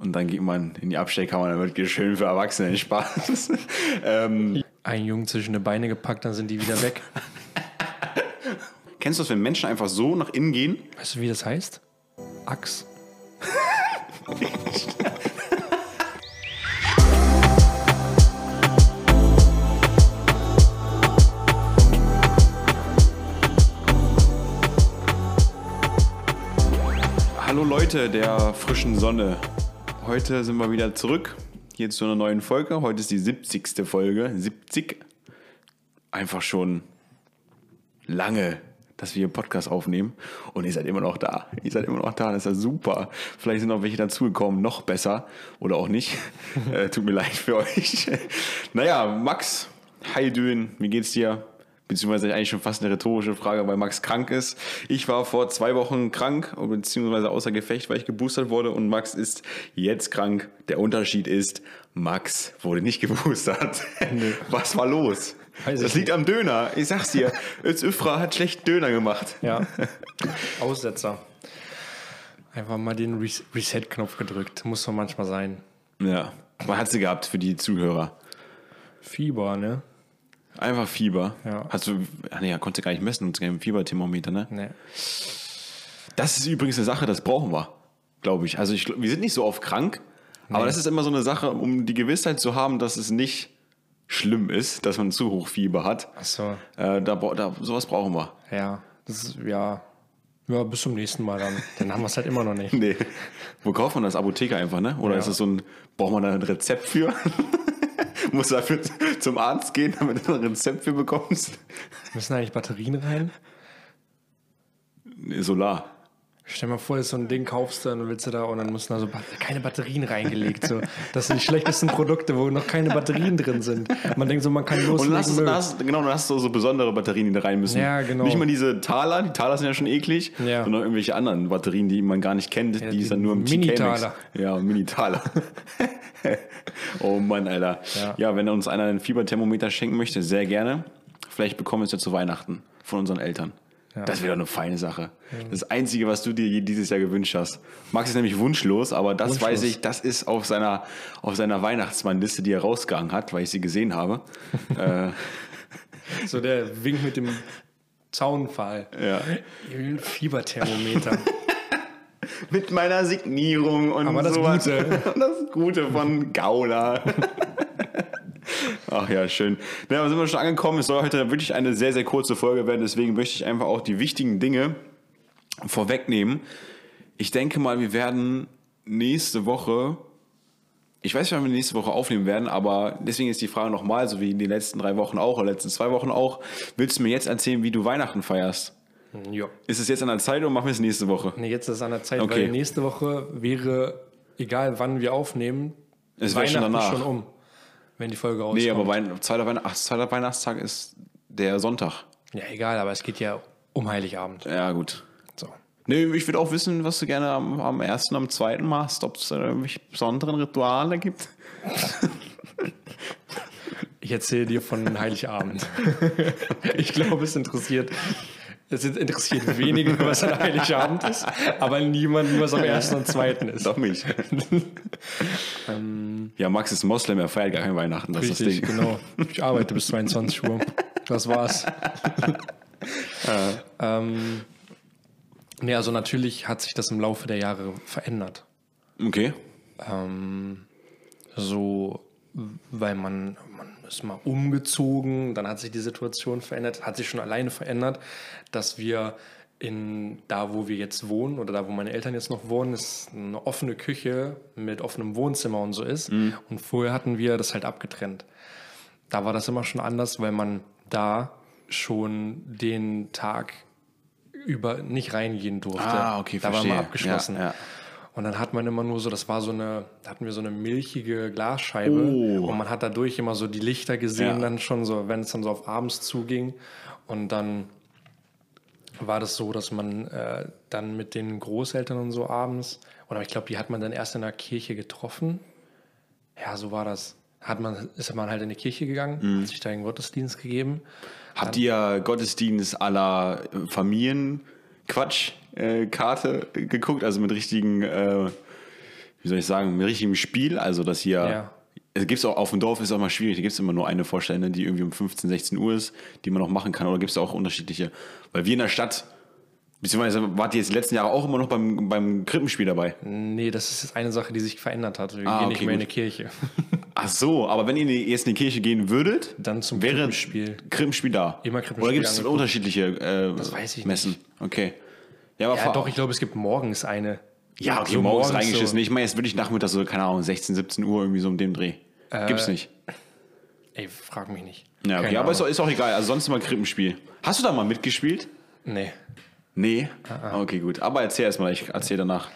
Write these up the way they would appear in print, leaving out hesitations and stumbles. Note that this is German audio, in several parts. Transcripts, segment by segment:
Und dann geht man in die Abstellkammer, dann wird schön für Erwachsene Spaß. Einen Jungen zwischen die Beine gepackt, dann sind die wieder weg. Kennst du das, wenn Menschen einfach so nach innen gehen? Weißt du, wie das heißt? Axt. Hallo Leute der frischen Sonne. Heute sind wir wieder zurück. Hier zu einer neuen Folge. Heute ist die 70. Folge. 70. Einfach schon lange, dass wir hier Podcast aufnehmen. Und ihr seid immer noch da. Das ist ja super. Vielleicht sind noch welche dazugekommen, noch besser. Oder auch nicht. Tut mir leid für euch. Naja, Max, hi Dön, wie geht's dir? Beziehungsweise eigentlich schon fast eine rhetorische Frage, weil Max krank ist. Ich war vor 2 Wochen krank, beziehungsweise außer Gefecht, weil ich geboostert wurde. Und Max ist jetzt krank. Der Unterschied ist, Max wurde nicht geboostert. Nee. Was war los? Das liegt am Döner. Ich sag's dir, Özüfra hat schlecht Döner gemacht. Ja, Aussetzer. Einfach mal den Reset-Knopf gedrückt. Muss doch manchmal sein. Ja, was hat sie gehabt für die Zuhörer? Fieber, ne? Einfach Fieber. Ja. Hast du, konntest du gar nicht messen, und kein Fieberthermometer, ne? Nee. Das ist übrigens eine Sache, das brauchen wir, glaube ich. Also wir sind nicht so oft krank, aber das ist immer so eine Sache, um die Gewissheit zu haben, dass es nicht schlimm ist, dass man zu hoch Fieber hat. Ach so. Sowas brauchen wir. Ja, das ist, ja, bis zum nächsten Mal dann. Dann haben wir es halt immer noch nicht. Nee. Wo kauft man das? Apotheker einfach, ne? Oder ist das so braucht man da ein Rezept für? Musst du dafür zum Arzt gehen, damit du ein Rezept für bekommst? Müssen eigentlich Batterien rein? Nee, Solar. Stell dir mal vor, dass so ein Ding kaufst dann willst du da und dann müssen da so keine Batterien reingelegt. So. Das sind die schlechtesten Produkte, wo noch keine Batterien drin sind. Man denkt so, man kann loslegen. Und dann hast du so besondere Batterien, die da rein müssen. Ja, genau. Nicht mal diese Taler, die Taler sind ja schon eklig, sondern irgendwelche anderen Batterien, die man gar nicht kennt, die es dann nur im Mini-Taler. Ja, Mini-Taler. Oh Mann, Alter. Ja, wenn uns einer ein Fieberthermometer schenken möchte, sehr gerne. Vielleicht bekommen wir es ja zu Weihnachten von unseren Eltern. Ja. Das wäre doch eine feine Sache. Ja. Das Einzige, was du dir dieses Jahr gewünscht hast. Max ist nämlich wunschlos, aber das weiß ich, das ist auf seiner Weihnachtsmannliste, die er rausgegangen hat, weil ich sie gesehen habe. So der Wink mit dem Zaunpfahl. Ja. Fieberthermometer. Mit meiner Signierung und aber das sowas. Gute. Das Gute von Gouda. Ach ja, schön. Da sind wir schon angekommen. Es soll heute wirklich eine sehr, sehr kurze Folge werden. Deswegen möchte ich einfach auch die wichtigen Dinge vorwegnehmen. Ich denke mal, wir werden nächste Woche, ich weiß nicht, wann wir nächste Woche aufnehmen werden, aber deswegen ist die Frage nochmal, so wie in den letzten 3 Wochen auch, oder letzten 2 Wochen auch, willst du mir jetzt erzählen, wie du Weihnachten feierst? Ja. Ist es jetzt an der Zeit oder machen wir es nächste Woche? Nee, jetzt ist es an der Zeit, weil nächste Woche wäre, egal wann wir aufnehmen, es wäre schon danach. Schon um, wenn die Folge rauskommt. Nee, aber zweiter Weihnachtstag ist der Sonntag. Ja, egal, aber es geht ja um Heiligabend. Ja, gut. So. Nee, ich würde auch wissen, was du gerne am 1. und am 2. machst, ob es da irgendwelche besonderen Rituale gibt. Ich erzähle dir von Heiligabend. Ich glaube, es interessiert wenige, was an Heiligabend ist, aber niemanden, was am 1. und 2. ist. Doch mich. Ja, Max ist Moslem, er feiert gar kein Weihnachten, das richtig, ist das Ding. Genau. Ich arbeite bis 22 Uhr. Das war's. Also natürlich hat sich das im Laufe der Jahre verändert. Okay. Weil man ist mal umgezogen, dann hat sich die Situation verändert, hat sich schon alleine verändert, dass wir da, wo wir jetzt wohnen oder da, wo meine Eltern jetzt noch wohnen, ist eine offene Küche mit offenem Wohnzimmer und so ist. Mhm. Und vorher hatten wir das halt abgetrennt. Da war das immer schon anders, weil man da schon den Tag über nicht reingehen durfte. Ah, okay, da verstehe. war man abgeschlossen. Ja. Und dann hat man immer nur so, da hatten wir so eine milchige Glasscheibe und man hat dadurch immer so die Lichter gesehen, dann schon so, wenn es dann so auf abends zuging. Und dann war das so, dass man dann mit den Großeltern und so abends, oder ich glaube, die hat man dann erst in der Kirche getroffen. Ja, so war das. Ist man halt in die Kirche gegangen, hat sich da einen Gottesdienst gegeben. Habt ihr Gottesdienst à la Familienquatsch Karte geguckt, also mit richtigen wie soll ich sagen, mit richtigem Spiel, also dass hier, Ja. es gibt auch auf dem Dorf, ist auch mal schwierig, da gibt es immer nur eine Vorstellung, die irgendwie um 15, 16 Uhr ist, die man noch machen kann, oder gibt es auch unterschiedliche, weil wir in der Stadt, beziehungsweise wart ihr jetzt die letzten Jahre auch immer noch beim Krippenspiel dabei? Nee, das ist jetzt eine Sache, die sich verändert hat. Wir gehen okay, nicht mehr in gut. die Kirche. Ach so, aber wenn ihr jetzt in die Kirche gehen würdet, Dann zum wäre Krippenspiel. Krippenspiel da. Immer Krippenspiel Oder gibt es angeguckt. unterschiedliche Das weiß ich Messen? Okay. Ja, aber Ja, doch, ich glaube, es gibt morgens eine. Ja, okay, So morgens morgens reingeschissen. so. Ich meine jetzt wirklich nachmittags so, keine Ahnung, 16, 17 Uhr irgendwie so um dem Dreh. Gibt's nicht. Ey, frag mich nicht. Ja, okay, Keine aber Ahnung. ist auch egal. Also sonst immer Krippenspiel. Hast du da mal mitgespielt? Nee. Nee? Okay, gut. Aber erzähl erst mal, ich erzähl danach.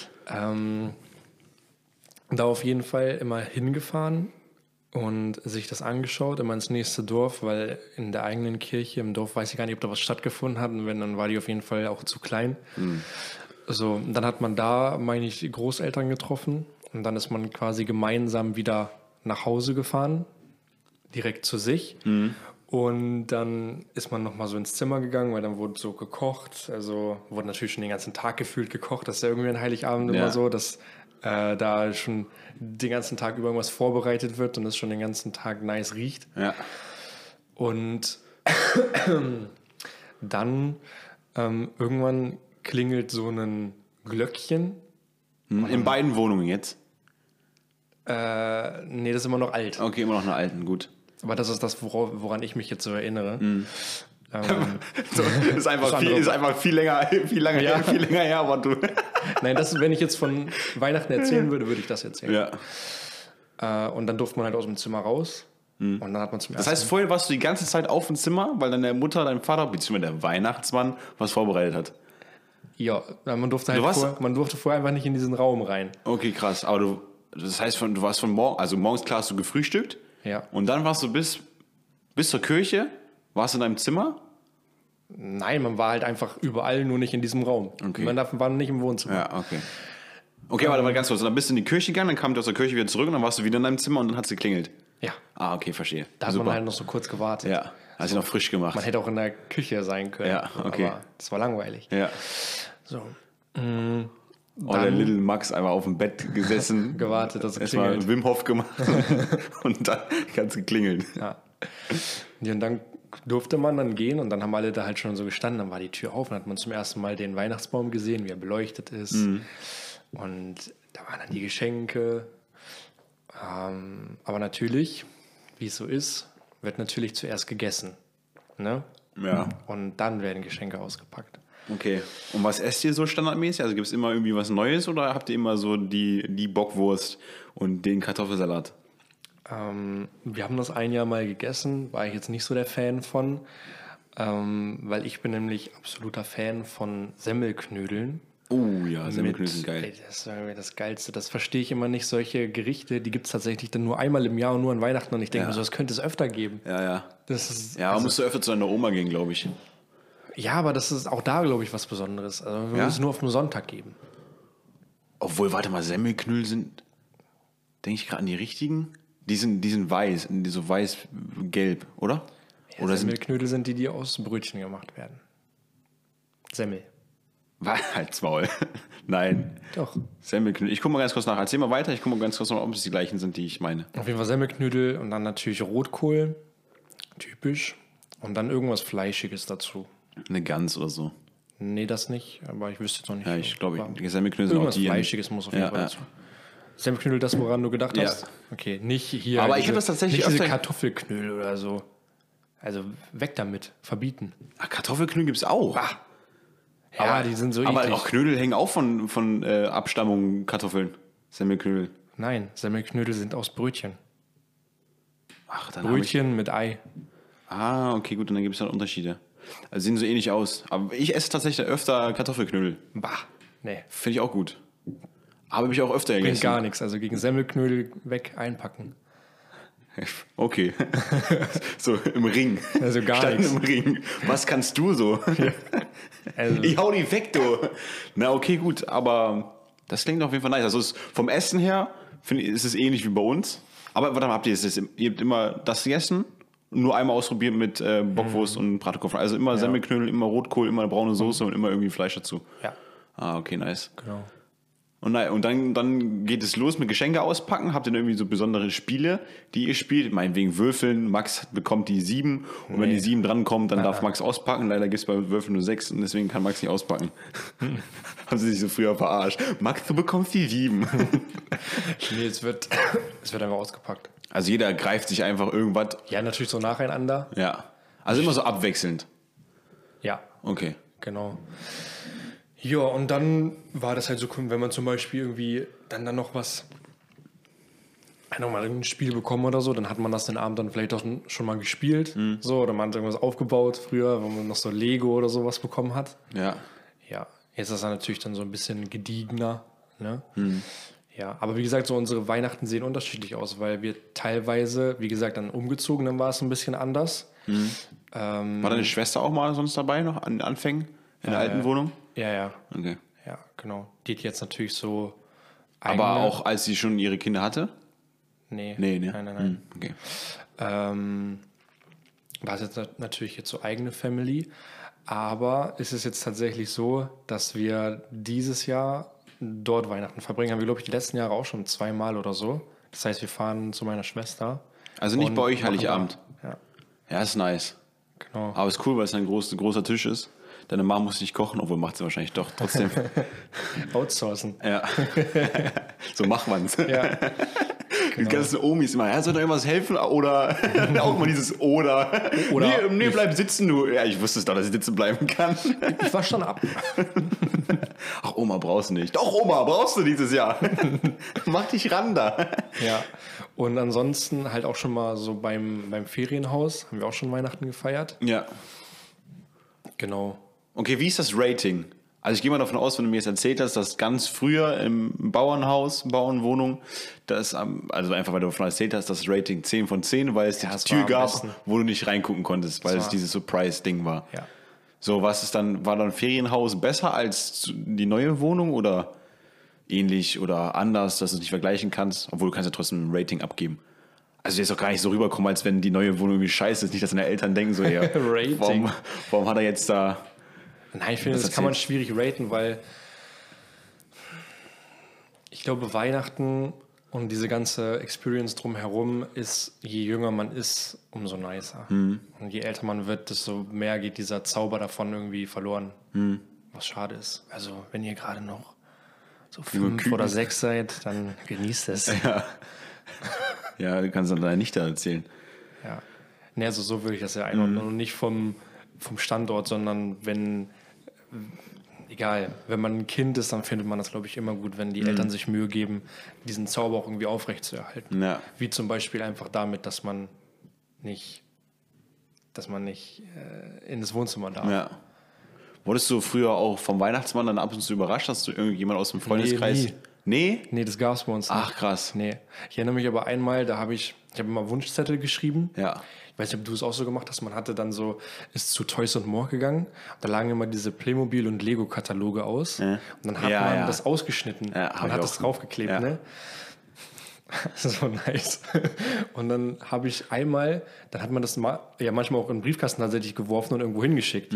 Da auf jeden Fall immer hingefahren und sich das angeschaut, immer ins nächste Dorf, weil in der eigenen Kirche, im Dorf weiß ich gar nicht, ob da was stattgefunden hat. Und wenn, dann war die auf jeden Fall auch zu klein. So, dann hat man da, meine ich, die Großeltern getroffen. Und dann ist man quasi gemeinsam wieder nach Hause gefahren, direkt zu sich. Und dann ist man nochmal so ins Zimmer gegangen, weil dann wurde so gekocht. Also wurde natürlich schon den ganzen Tag gefühlt gekocht. Das ist ja irgendwie an Heiligabend Ja. immer so, dass da schon den ganzen Tag über irgendwas vorbereitet wird und es schon den ganzen Tag nice riecht. Ja. Und dann irgendwann klingelt so ein Glöckchen. In beiden Wohnungen jetzt? Nee, das ist immer noch alt. Okay, immer noch eine alten, gut. Aber das ist das, woran ich mich jetzt so erinnere. So, ist einfach viel länger her, aber du. Nein, das, wenn ich jetzt von Weihnachten erzählen würde, würde ich das erzählen. Ja. Und dann durfte man halt aus dem Zimmer raus. Und dann hat man zum Das ersten heißt, vorher warst du die ganze Zeit auf dem Zimmer, weil deine Mutter, dein Vater, beziehungsweise der Weihnachtsmann was vorbereitet hat. ja, man durfte halt warst- man durfte vorher einfach nicht in diesen Raum rein. Okay, krass. Aber das heißt, du warst von morgen, also morgens klar hast du gefrühstückt. Ja. Und dann warst du bis zur Kirche, warst in deinem Zimmer. Nein, man war halt einfach überall, nur nicht in diesem Raum. Okay. Man war nicht im Wohnzimmer. Ja, okay. Okay, warte mal ganz kurz. Und dann bist du in die Kirche gegangen, dann kam du aus der Kirche wieder zurück und dann warst du wieder in deinem Zimmer und dann hat es geklingelt. Ja. Ah, okay, verstehe. Da hat man halt noch so kurz gewartet. Ja, hast du noch frisch gemacht. Man hätte auch in der Küche sein können. Ja, okay. Aber das war langweilig. Ja. So. Oh, der Little Max einfach auf dem Bett gesessen. Gewartet, dass es Erstmal klingelt. Wim Hof gemacht und dann ganz geklingelt. Ja. Und dann durfte man dann gehen und dann haben alle da halt schon so gestanden. Dann war die Tür auf und hat man zum ersten Mal den Weihnachtsbaum gesehen, wie er beleuchtet ist. Und da waren dann die Geschenke. Aber natürlich, wie es so ist, wird natürlich zuerst gegessen. Ne? Ja. Und dann werden Geschenke ausgepackt. Okay. Und was esst ihr so standardmäßig? Also gibt es immer irgendwie was Neues oder habt ihr immer so die Bockwurst und den Kartoffelsalat? Wir haben das ein Jahr mal gegessen, war ich jetzt nicht so der Fan von, weil ich bin nämlich absoluter Fan von Semmelknödeln. Oh ja, Semmelknödel sind Ey, geil. das ist irgendwie das Geilste. Das verstehe ich immer nicht. Solche Gerichte, die gibt es tatsächlich dann nur einmal im Jahr und nur an Weihnachten. Und ich denke mir so, das könnte es öfter geben. Ja, ja. Das ist, Ja, man musst du öfter zu deiner Oma gehen, glaube ich. ja, aber das ist auch da, glaube ich, was Besonderes. Also wir Ja? müssen es nur auf dem Sonntag geben. Obwohl, warte mal, Semmelknödel sind, denke ich gerade an die richtigen? Die sind weiß, die so weiß-gelb, oder? Ja, Oder sind Semmelknödel sind die aus Brötchen gemacht werden. Semmel. Halt's Maul. Nein. Doch. Semmelknödel. Ich gucke mal ganz kurz nach. Erzähl mal weiter. Ich gucke mal ganz kurz nach, ob es die gleichen sind, die ich meine. Auf jeden Fall Semmelknödel und dann natürlich Rotkohl. Typisch. Und dann irgendwas Fleischiges dazu. Eine Gans oder so. Nee, das nicht, aber ich wüsste jetzt noch nicht. Ja, ich glaube, Aber die Semmelknödel sind auch irgendwas die. Fleischiges muss auf jeden Ja, Fall ja. dazu. Semmelknödel, das, woran du gedacht Ja. hast? Okay, nicht hier. Aber ich hab das tatsächlich nicht diese öfter- Kartoffelknödel oder so. Also weg damit, verbieten. Ach, Kartoffelknödel gibt es auch. Ja, die sind so Aber eklig. auch Knödel hängen auch von Abstammung Kartoffeln. Semmelknödel. Nein, Semmelknödel sind aus Brötchen. Ach, dann habe ich. Brötchen mit Ei. Ah, okay, gut, und dann gibt es halt Unterschiede. Also sehen so ähnlich aus. Aber ich esse tatsächlich öfter Kartoffelknödel. Bah, nee, Finde ich auch gut. Habe ich auch öfter bringt gegessen. gar nichts. Also gegen Semmelknödel weg einpacken. Okay. So im Ring. Also gar Stand nichts. im Ring. Was kannst du so? Also, Ich hau die weg, du. Na, okay, gut, aber das klingt auf jeden Fall nice. Also vom Essen her finde ich, ist es ähnlich wie bei uns. Aber warte mal, ihr habt immer das gegessen? Nur einmal ausprobiert mit Bockwurst und Bratkartoffeln. Also immer Semmelknödel, immer Rotkohl, immer braune Soße und immer irgendwie Fleisch dazu. ja, Ah, okay, nice. genau. Und dann geht es los mit Geschenke auspacken. Habt ihr irgendwie so besondere Spiele, die ihr spielt? Meinetwegen Würfeln. Max bekommt die 7. Und wenn die 7 drankommt, dann darf Max auspacken. Leider gibt es bei Würfeln nur 6 und deswegen kann Max nicht auspacken. Haben sie sich so früher verarscht. Max, du bekommst die 7. Nee, es wird einfach ausgepackt. Also jeder greift sich einfach irgendwas. Ja, natürlich so nacheinander. Ja. Also immer so abwechselnd. Ja. Okay. Genau. Ja, und dann war das halt so cool, wenn man zum Beispiel irgendwie dann noch was, nochmal ein Spiel bekommen oder so, dann hat man das den Abend dann vielleicht auch schon mal gespielt. So, oder man hat irgendwas aufgebaut früher, wenn man noch so Lego oder sowas bekommen hat. Ja. Ja, jetzt ist das dann natürlich dann so ein bisschen gediegener. Ne? Ja, aber wie gesagt, so unsere Weihnachten sehen unterschiedlich aus, weil wir teilweise, wie gesagt, dann umgezogen, dann war es ein bisschen anders. War deine Schwester auch mal sonst dabei noch an den Anfängen in der alten Wohnung? Ja. Okay. Ja, genau. Die hat jetzt natürlich so Aber auch als sie schon ihre Kinder hatte? Nee. Nee, ne? Nein. Okay. War es jetzt natürlich jetzt so eigene Family. Aber ist es jetzt tatsächlich so, dass wir dieses Jahr dort Weihnachten verbringen? Haben wir, glaube ich, die letzten Jahre auch schon 2-mal oder so. Das heißt, wir fahren zu meiner Schwester. Also nicht bei euch Heiligabend? Ja, Ja, ist nice. genau. Aber ist cool, weil es ein großer Tisch ist. Deine Mom muss nicht kochen, obwohl macht sie wahrscheinlich doch trotzdem. Outsourcen. Ja. So macht man's. Ja. Die ganzen Omis immer, ja, soll da irgendwas helfen? Oder auch mal dieses Oder. Nee, bleib sitzen, du. Ja, ich wusste es doch, dass ich sitzen bleiben kann. Ich war schon ab. Ach, Oma brauchst du nicht. Doch, Oma, brauchst du dieses Jahr. Mach dich ran da. Ja. Und ansonsten halt auch schon mal so beim Ferienhaus haben wir auch schon Weihnachten gefeiert. Ja. Genau. Okay, wie ist das Rating? Also ich gehe mal davon aus, wenn du mir jetzt erzählt hast, dass ganz früher im Bauernwohnung, also einfach weil du davon erzählt hast, das Rating 10 von 10, weil es die Tür gab, wo du nicht reingucken konntest, weil es dieses Surprise-Ding war. Ja. So, war dann Ferienhaus besser als die neue Wohnung oder ähnlich oder anders, dass du es nicht vergleichen kannst, obwohl du kannst ja trotzdem ein Rating abgeben. Also der ist auch gar nicht so rüberkommen, als wenn die neue Wohnung irgendwie scheiße ist. Nicht, dass deine Eltern denken so, ja, Rating. warum hat er jetzt da... Nein, ich finde, das kann man schwierig raten, weil ich glaube, Weihnachten und diese ganze Experience drumherum ist, je jünger man ist, umso nicer. Und je älter man wird, desto mehr geht dieser Zauber davon irgendwie verloren. Was schade ist. Also, wenn ihr gerade noch so 5 oder 6 seid, dann genießt es. Ja, du kannst dann deiner Nichte erzählen. Ja. Ne, also so würde ich das ja einordnen. Und nicht vom Standort, sondern wenn man ein Kind ist, dann findet man das, glaube ich, immer gut, wenn die Eltern sich Mühe geben, diesen Zauber auch irgendwie aufrechtzuerhalten. Ja. Wie zum Beispiel einfach damit, dass man nicht in das Wohnzimmer darf. Ja. Wurdest du früher auch vom Weihnachtsmann dann ab und zu überrascht, dass du irgendjemand aus dem Freundeskreis... Nee, das gab es bei uns nicht. Ach, krass. Nee. Ich erinnere mich aber einmal, ich habe immer Wunschzettel geschrieben. Ja. Ich weiß nicht, ob du es auch so gemacht hast. Man hatte dann so, ist zu Toys R More gegangen. Da lagen immer diese Playmobil- und Lego-Kataloge aus. Und dann hat man das ausgeschnitten und hat das draufgeklebt. Ja. Ne? So nice. Und dann habe ich dann hat man das manchmal auch in den Briefkasten tatsächlich geworfen und irgendwo hingeschickt.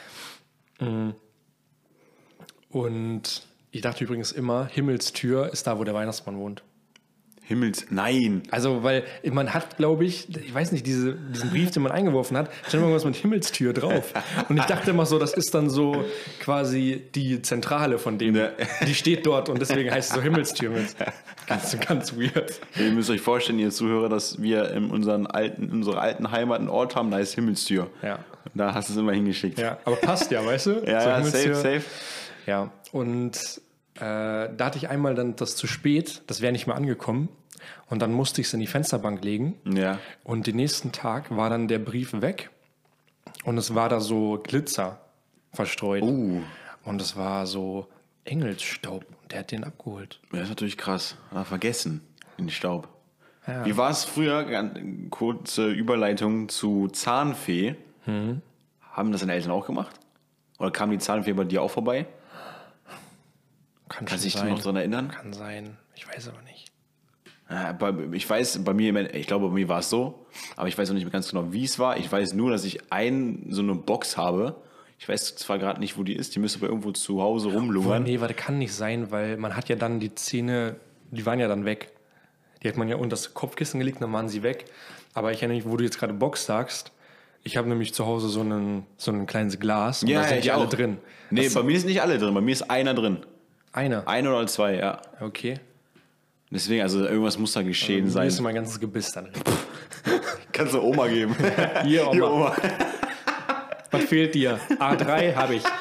Und ich dachte übrigens immer, Himmelstür ist da, wo der Weihnachtsmann wohnt. Nein. Also, weil man hat, glaube ich weiß nicht, diesen Brief, den man eingeworfen hat, stand irgendwas mit Himmelstür drauf. Und ich dachte immer so, das ist dann so quasi die Zentrale von dem. Die steht dort und deswegen heißt es so Himmelstür mit. Ganz weird. Ihr müsst euch vorstellen, ihr Zuhörer, dass wir in unserer alten Heimat einen Ort haben, da ist Himmelstür. Ja. Da hast du es immer hingeschickt. Ja, aber passt ja, weißt du? Ja, so safe. Ja, und da hatte ich einmal dann das zu spät, das wäre nicht mehr angekommen. Und dann musste ich es in die Fensterbank legen. Ja. Und den nächsten Tag war dann der Brief weg. Und es war da so Glitzer verstreut. Und es war so Engelsstaub. Und der hat den abgeholt. Ja, das ist natürlich krass. Aber vergessen in den Staub. Ja. Wie war es früher? Kurze Überleitung zu Zahnfee. Haben das deine Eltern auch gemacht? Oder kam die Zahnfee bei dir auch vorbei? Kannst du dich noch daran erinnern? Kann sein. Ich weiß aber nicht. Ja, ich weiß, ich glaube, bei mir war es so, aber ich weiß auch nicht mehr ganz genau, wie es war. Ich weiß nur, dass ich so eine Box habe. Ich weiß zwar gerade nicht, wo die ist, die müsste aber irgendwo zu Hause rumlungern. Nee, warte, kann nicht sein, weil man hat ja dann die Zähne, die waren ja dann weg. Die hat man ja unter das Kopfkissen gelegt, dann waren sie weg. Aber ich erinnere mich, wo du jetzt gerade Box sagst, ich habe nämlich zu Hause so ein kleines Glas und da sind die alle drin. Nee, bei mir sind nicht alle drin, bei mir ist einer drin. Einer? Einer oder zwei, ja. Okay. Deswegen, also irgendwas muss da geschehen sein. Du musst mein ganzes Gebiss dann. Kannst du Oma geben. Hier, Oma. Hier, Oma. Was fehlt dir? A3 habe ich.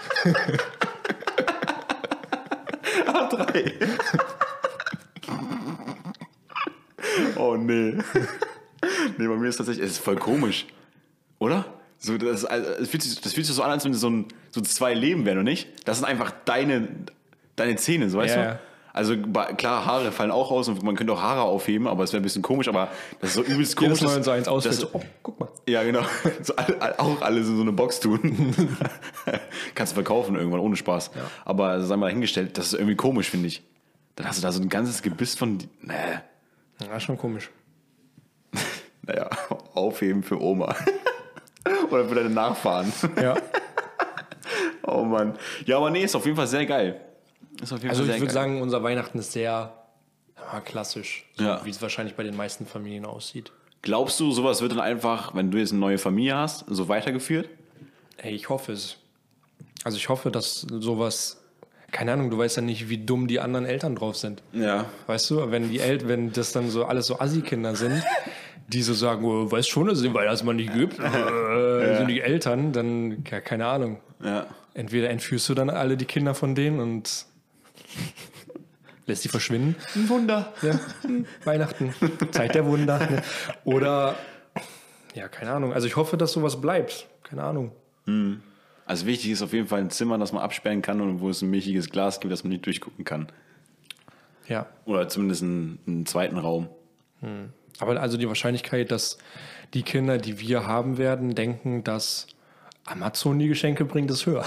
A3. Oh nee. Nee, bei mir ist tatsächlich, es ist voll komisch. Oder? So, das fühlt sich so an, als wenn es so zwei Leben wären, oder nicht? Das sind einfach deine Zähne, so weißt du? Also klar, Haare fallen auch raus und man könnte auch Haare aufheben, aber es wäre ein bisschen komisch, aber das ist so übelst komisch. Jedes Mal, wenn so eins ausfällt, so, guck mal. Ja, genau. So, auch alles in so eine Box tun. Kannst du verkaufen irgendwann, ohne Spaß. Ja. Aber sei mal dahingestellt, das ist irgendwie komisch, finde ich. Dann hast du da so ein ganzes Gebiss von... Nee. Ja, schon komisch. Naja, aufheben für Oma. Oder für deine Nachfahren. Ja. Oh Mann. Ja, aber nee, ist auf jeden Fall sehr geil. Also ich würde sagen, unser Weihnachten ist sehr klassisch, so wie es wahrscheinlich bei den meisten Familien aussieht. Glaubst du, sowas wird dann einfach, wenn du jetzt eine neue Familie hast, so weitergeführt? Ey, ich hoffe es. Also ich hoffe, dass sowas, keine Ahnung, du weißt ja nicht, wie dumm die anderen Eltern drauf sind. Ja. Weißt du, wenn das dann so alles so Assi-Kinder sind, die so sagen, oh, weißt schon, dass es den Weihnachtsmann nicht gibt, sind die Eltern, dann, keine Ahnung. Ja. Entweder entführst du dann alle die Kinder von denen und lässt die verschwinden. Ein Wunder. Ja. Weihnachten, Zeit der Wunder. Ne? Oder, ja, keine Ahnung. Also ich hoffe, dass sowas bleibt. Keine Ahnung. Also wichtig ist auf jeden Fall ein Zimmer, das man absperren kann und wo es ein milchiges Glas gibt, das man nicht durchgucken kann. Ja. Oder zumindest einen zweiten Raum. Aber also die Wahrscheinlichkeit, dass die Kinder, die wir haben werden, denken, dass Amazon die Geschenke bringt, ist höher.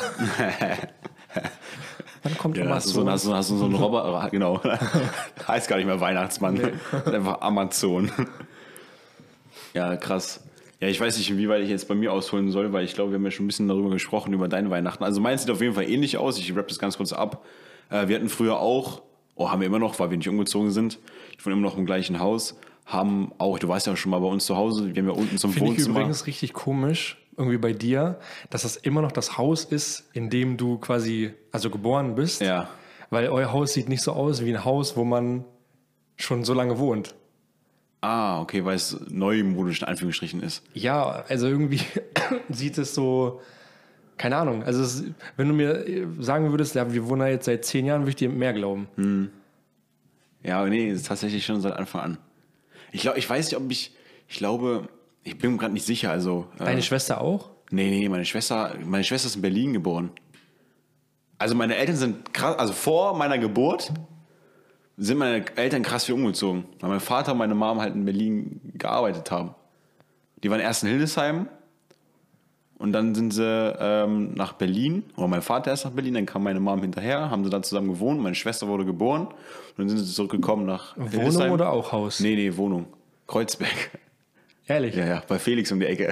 Wann kommt Amazon? Hast du so einen Roboter, genau. Heißt gar nicht mehr Weihnachtsmann. Nee. Einfach Amazon. Ja, krass. Ja, ich weiß nicht, inwieweit ich jetzt bei mir ausholen soll, weil ich glaube, wir haben ja schon ein bisschen darüber gesprochen, über deine Weihnachten. Also meins sieht auf jeden Fall ähnlich aus. Ich rappe das ganz kurz ab. Wir hatten früher auch, haben wir immer noch, weil wir nicht umgezogen sind. Ich wohne immer noch im gleichen Haus. Haben auch, du warst ja auch schon mal bei uns zu Hause, wir haben ja unten zum Wohnzimmer. Finde ich übrigens richtig komisch, irgendwie bei dir, dass das immer noch das Haus ist, in dem du quasi, also geboren bist. Ja. Weil euer Haus sieht nicht so aus wie ein Haus, wo man schon so lange wohnt. Ah, okay, weil es neumodisch in Anführungsstrichen ist. Ja, also irgendwie sieht es so, keine Ahnung. Also wenn du mir sagen würdest, ja, wir wohnen da jetzt seit 10 Jahren, würde ich dir mehr glauben. Ja, nee, ist tatsächlich schon seit Anfang an. Ich weiß nicht, ich glaube, ich bin mir gerade nicht sicher. Also, deine Schwester auch? Nee, meine Schwester ist in Berlin geboren. Also meine Eltern sind krass, also vor meiner Geburt sind meine Eltern krass viel umgezogen. Weil mein Vater und meine Mom halt in Berlin gearbeitet haben. Die waren erst in Hildesheim und dann sind sie nach Berlin, oder mein Vater erst nach Berlin, dann kam meine Mom hinterher, haben sie da zusammen gewohnt, meine Schwester wurde geboren und dann sind sie zurückgekommen nach Hildesheim. Wohnung oder auch Haus? Nee, Wohnung. Kreuzberg. Ehrlich? Ja, bei Felix um die Ecke.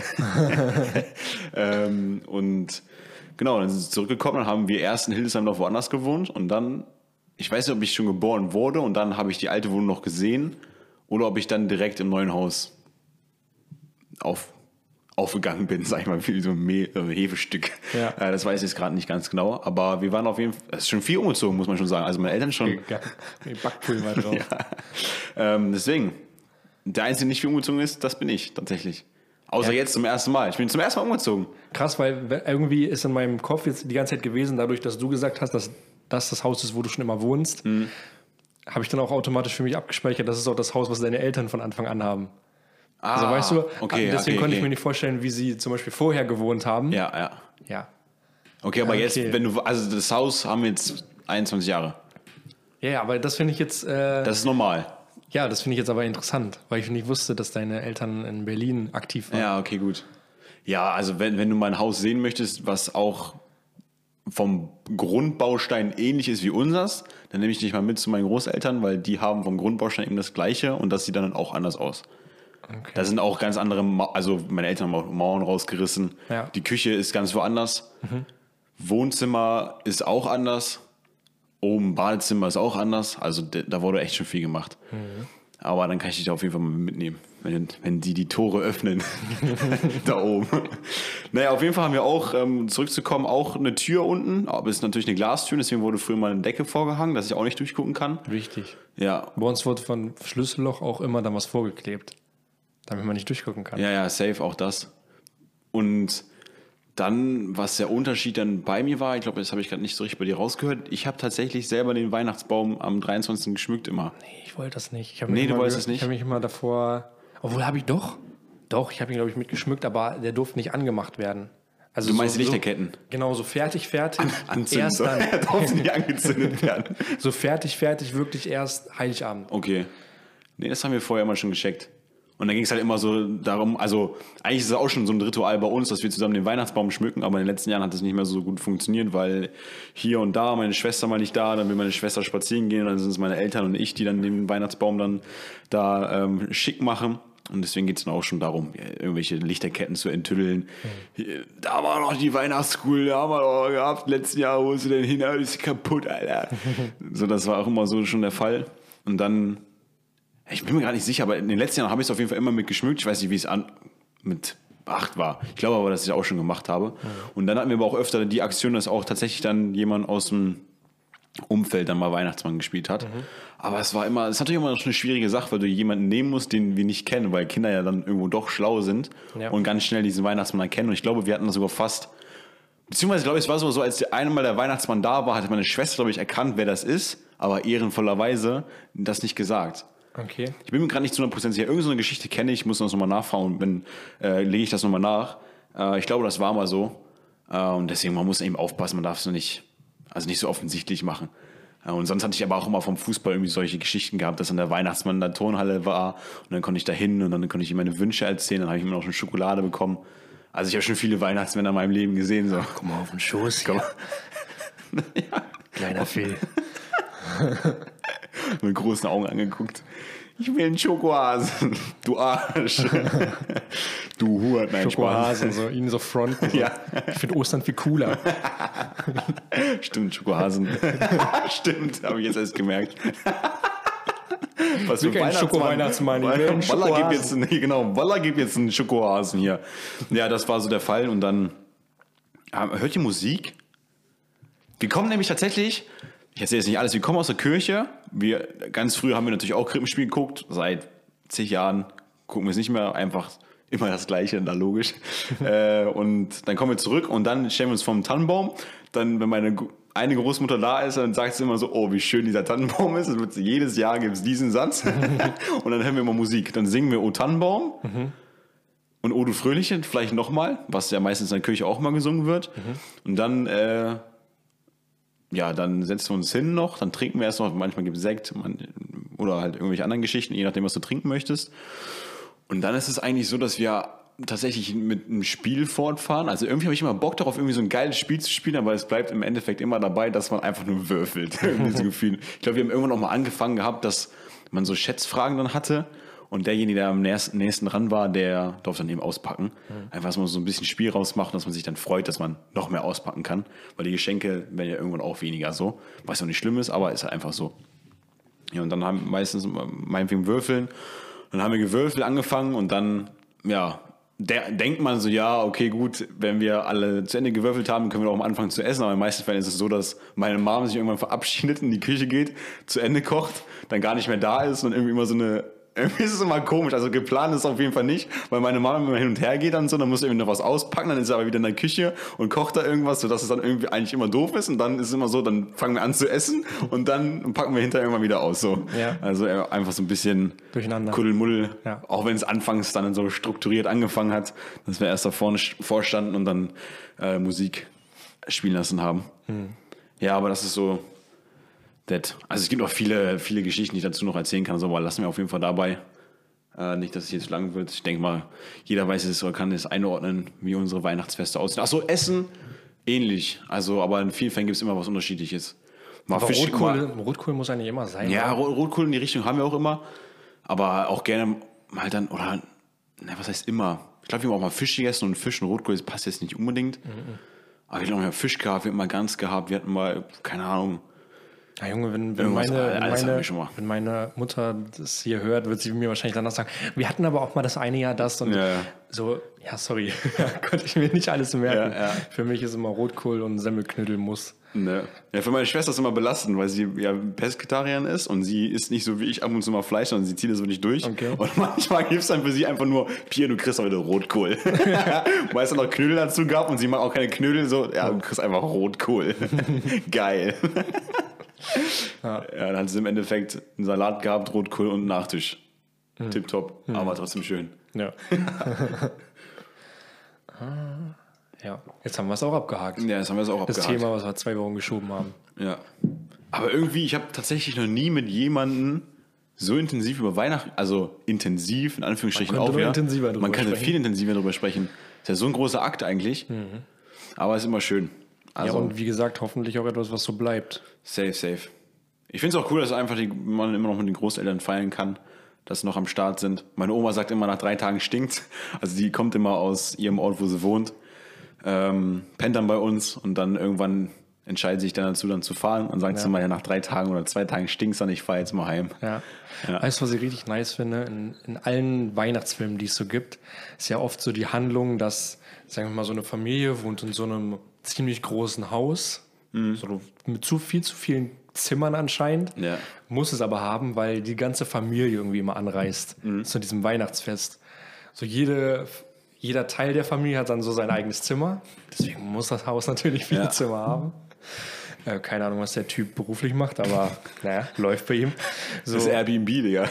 Und genau, dann sind sie zurückgekommen, dann haben wir erst in Hildesheim noch woanders gewohnt und dann, ich weiß nicht, ob ich schon geboren wurde und dann habe ich die alte Wohnung noch gesehen oder ob ich dann direkt im neuen Haus aufgegangen bin, sag ich mal, wie so ein Hefestück. Ja. Das weiß ich jetzt gerade nicht ganz genau, aber wir waren auf jeden Fall, es ist schon viel umgezogen, muss man schon sagen. Also meine Eltern schon. Backpulver drauf. Ja. Deswegen, der Einzige, der nicht viel umgezogen ist, das bin ich tatsächlich. Außer jetzt zum ersten Mal. Ich bin zum ersten Mal umgezogen. Krass, weil irgendwie ist in meinem Kopf jetzt die ganze Zeit gewesen, dadurch, dass du gesagt hast, dass das Haus ist, wo du schon immer wohnst, habe ich dann auch automatisch für mich abgespeichert, das ist auch das Haus, was deine Eltern von Anfang an haben. Also weißt du, deswegen konnte ich mir nicht vorstellen, wie sie zum Beispiel vorher gewohnt haben. Ja. Okay, aber jetzt, also das Haus haben wir jetzt 21 Jahre. Ja, aber das finde ich jetzt... das ist normal. Ja, das finde ich jetzt aber interessant, weil ich nicht wusste, dass deine Eltern in Berlin aktiv waren. Ja, okay, gut. Ja, also wenn du mein Haus sehen möchtest, was auch vom Grundbaustein ähnlich ist wie unseres, dann nehme ich dich mal mit zu meinen Großeltern, weil die haben vom Grundbaustein eben das Gleiche und das sieht dann auch anders aus. Okay. Da sind auch ganz andere, also meine Eltern haben auch Mauern rausgerissen. Ja. Die Küche ist ganz woanders. Wohnzimmer ist auch anders. Oben Badezimmer ist auch anders. Also da wurde echt schon viel gemacht. Aber dann kann ich dich auf jeden Fall mal mitnehmen, wenn die Tore öffnen. Da oben. Naja, auf jeden Fall haben wir auch, zurückzukommen, auch eine Tür unten. Aber es ist natürlich eine Glastür, deswegen wurde früher mal eine Decke vorgehangen, dass ich auch nicht durchgucken kann. Wichtig. Ja. Bei uns wurde von Schlüsselloch auch immer dann was vorgeklebt, damit man nicht durchgucken kann. Ja, safe, auch das. Und dann, was der Unterschied dann bei mir war, ich glaube, das habe ich gerade nicht so richtig bei dir rausgehört, ich habe tatsächlich selber den Weihnachtsbaum am 23. geschmückt immer. Nee, ich wollte das nicht. Du wolltest es nicht? Ich habe mich immer davor, obwohl habe ich doch, ich habe ihn, glaube ich, mitgeschmückt, aber der durfte nicht angemacht werden. Also du meinst die Lichterketten? Genau, so fertig. Anzünden. Erst dann. Er darf nicht angezündet werden. So fertig, wirklich erst Heiligabend. Okay. Nee, das haben wir vorher mal schon gecheckt. Und dann ging es halt immer so darum, also eigentlich ist es auch schon so ein Ritual bei uns, dass wir zusammen den Weihnachtsbaum schmücken, aber in den letzten Jahren hat das nicht mehr so gut funktioniert, weil hier und da meine Schwester mal nicht da, dann will meine Schwester spazieren gehen, dann sind es meine Eltern und ich, die dann den Weihnachtsbaum dann da schick machen. Und deswegen geht es dann auch schon darum, irgendwelche Lichterketten zu enttüddeln. Da war noch die Weihnachtskugel, da haben wir doch gehabt, letzten Jahr, wo ist sie denn hin? Die ist kaputt, Alter. So, das war auch immer so schon der Fall. Und dann, ich bin mir gar nicht sicher, aber in den letzten Jahren habe ich es auf jeden Fall immer mit geschmückt. Ich weiß nicht, wie es mit 8 war. Ich glaube aber, dass ich es auch schon gemacht habe. Ja. Und dann hatten wir aber auch öfter die Aktion, dass auch tatsächlich dann jemand aus dem Umfeld dann mal Weihnachtsmann gespielt hat. Aber es ist natürlich immer eine schwierige Sache, weil du jemanden nehmen musst, den wir nicht kennen, weil Kinder ja dann irgendwo doch schlau sind und ganz schnell diesen Weihnachtsmann erkennen. Und ich glaube, wir hatten das sogar fast, beziehungsweise ich glaube, es war so, als einmal der Weihnachtsmann da war, hatte meine Schwester, glaube ich, erkannt, wer das ist, aber ehrenvollerweise das nicht gesagt. Okay. Ich bin mir gerade nicht zu 100% sicher. Irgend so eine Geschichte kenne ich, muss das nochmal nachfragen und lege ich das nochmal nach. Ich glaube, das war mal so. Und deswegen, man muss eben aufpassen, man darf es nicht so offensichtlich machen. Und sonst hatte ich aber auch immer vom Fußball irgendwie solche Geschichten gehabt, dass dann der Weihnachtsmann in der Turnhalle war und dann konnte ich da hin und dann konnte ich ihm meine Wünsche erzählen, dann habe ich immer noch schon Schokolade bekommen. Also ich habe schon viele Weihnachtsmänner in meinem Leben gesehen. So. Guck mal auf den Schoß hier. Ja. Kleiner Fee. Mit großen Augen angeguckt. Ich will einen Schokohasen. Du Arsch. Du Hurt. Nein, Schokohasen, so ihn so fronten. So. Ja. Ich finde Ostern viel cooler. Stimmt, Schokohasen. Stimmt, habe ich jetzt erst gemerkt. Was für ein Schoko-Weihnachtsmann. Walla gibt jetzt einen Schokohasen hier. Ja, das war so der Fall. Und dann hört ihr Musik? Wir kommen nämlich tatsächlich, ich erzähle jetzt nicht alles, wir kommen aus der Kirche. Ganz früh haben wir natürlich auch Krippenspiel geguckt. Seit 10 Jahren gucken wir es nicht mehr. Einfach immer das Gleiche, da logisch. Und dann kommen wir zurück und dann stellen wir uns vor den Tannenbaum. Dann, wenn meine eine Großmutter da ist, dann sagt sie immer so, oh, wie schön dieser Tannenbaum ist. Jedes Jahr gibt es diesen Satz. Und dann hören wir immer Musik. Dann singen wir O Tannenbaum und O du Fröhliche, vielleicht nochmal, was ja meistens in der Kirche auch mal gesungen wird. Und dann, dann setzen wir uns hin noch, dann trinken wir erst noch, manchmal gibt es Sekt oder halt irgendwelche anderen Geschichten, je nachdem, was du trinken möchtest. Und dann ist es eigentlich so, dass wir tatsächlich mit einem Spiel fortfahren. Also irgendwie habe ich immer Bock darauf, irgendwie so ein geiles Spiel zu spielen, aber es bleibt im Endeffekt immer dabei, dass man einfach nur würfelt. Irgendwie so Gefühl. Ich glaube, wir haben irgendwann noch mal angefangen gehabt, dass man so Schätzfragen dann hatte und derjenige, der am nächsten ran war, der durfte dann eben auspacken. Einfach, dass man so ein bisschen Spiel rausmacht, dass man sich dann freut, dass man noch mehr auspacken kann, weil die Geschenke werden ja irgendwann auch weniger so. Was auch nicht schlimm ist, aber ist halt einfach so. Ja, und dann haben wir meistens meinetwegen Würfeln. Dann haben wir gewürfelt angefangen und dann, denkt man so, ja, okay, gut, wenn wir alle zu Ende gewürfelt haben, können wir auch am Anfang zu essen. Aber in den meisten Fällen ist es so, dass meine Mom sich irgendwann verabschiedet, in die Küche geht, zu Ende kocht, dann gar nicht mehr da ist und irgendwie immer so irgendwie ist es immer komisch. Also geplant ist es auf jeden Fall nicht, weil meine Mama immer hin und her geht und so, dann muss irgendwie noch was auspacken, dann ist sie aber wieder in der Küche und kocht da irgendwas, sodass es dann irgendwie eigentlich immer doof ist und dann ist es immer so, dann fangen wir an zu essen und dann packen wir hinterher irgendwann wieder aus. So. Ja. Also einfach so ein bisschen durcheinander. Kuddelmuddel, auch wenn es anfangs dann so strukturiert angefangen hat, dass wir erst da vorne vorstanden und dann Musik spielen lassen haben. Ja, aber das ist so also es gibt auch viele, viele Geschichten, die ich dazu noch erzählen kann, aber lassen wir auf jeden Fall dabei. Nicht, dass es jetzt lang wird. Ich denke mal, jeder weiß es oder kann es einordnen, wie unsere Weihnachtsfeste aussehen. Achso, Essen ähnlich. Also, aber in vielen Fällen gibt es immer was Unterschiedliches. Aber Rotkohl muss eigentlich immer sein. Ja, Rotkohl in die Richtung haben wir auch immer. Aber auch gerne mal dann, oder was heißt immer? Ich glaube, wir haben auch mal Fisch gegessen und Fisch und Rotkohl, das passt jetzt nicht unbedingt. Aber wir haben auch mal Fisch gehabt, wir hatten mal Gans gehabt, wir hatten mal, keine Ahnung. Ja, Junge, wenn meine Mutter das hier hört, wird sie mir wahrscheinlich danach sagen, wir hatten aber auch mal das eine Jahr das und so, ja, sorry, konnte ich mir nicht alles merken. Ja. Für mich ist immer Rotkohl und Semmelknödel muss. Ne. Ja, für meine Schwester ist es immer belastend, weil sie ja Pesketarierin ist und sie isst nicht so wie ich ab und zu mal Fleisch, sondern sie zieht das so nicht durch. Okay. Und manchmal gibt es dann für sie einfach nur, Pia, du kriegst heute Rotkohl. Weil es dann noch Knödel dazu gab und sie mag auch keine Knödel, so, ja, du kriegst einfach Rotkohl. Geil. Ja, dann hat sie im Endeffekt einen Salat gehabt, Rotkohl und einen Nachtisch. Tipptopp, aber trotzdem schön. Ja. Ja, jetzt haben wir es auch abgehakt. Ja, jetzt haben wir es auch abgehakt. Das Thema, was wir 2 Wochen geschoben haben. Ja. Aber irgendwie, ich habe tatsächlich noch nie mit jemandem so intensiv über Weihnachten, also intensiv, in Anführungsstrichen auch, ja. Man kann viel intensiver darüber sprechen. Ist ja so ein großer Akt eigentlich. Aber ist immer schön. Also, ja, und wie gesagt, hoffentlich auch etwas, was so bleibt. Safe. Ich finde es auch cool, dass einfach man immer noch mit den Großeltern feiern kann, dass sie noch am Start sind. Meine Oma sagt immer, nach 3 Tagen stinkt. Also die kommt immer aus ihrem Ort, wo sie wohnt. Pennt dann bei uns und dann irgendwann entscheidet sich dann dazu, dann zu fahren und sagt sie mal, ja, nach 3 Tagen oder 2 Tagen stinkt's dann, ich fahre jetzt mal heim. Ja. Weißt du, was ich richtig nice finde? In allen Weihnachtsfilmen, die es so gibt, ist ja oft so die Handlung, dass, sagen wir mal, so eine Familie wohnt in so einem ziemlich großen Haus, so mit viel zu vielen Zimmern anscheinend, muss es aber haben, weil die ganze Familie irgendwie immer anreist zu diesem Weihnachtsfest. So jeder Teil der Familie hat dann so sein eigenes Zimmer. Deswegen muss das Haus natürlich viele Zimmer haben. Keine Ahnung, was der Typ beruflich macht, aber naja, läuft bei ihm. So. Das ist Airbnb, Digga.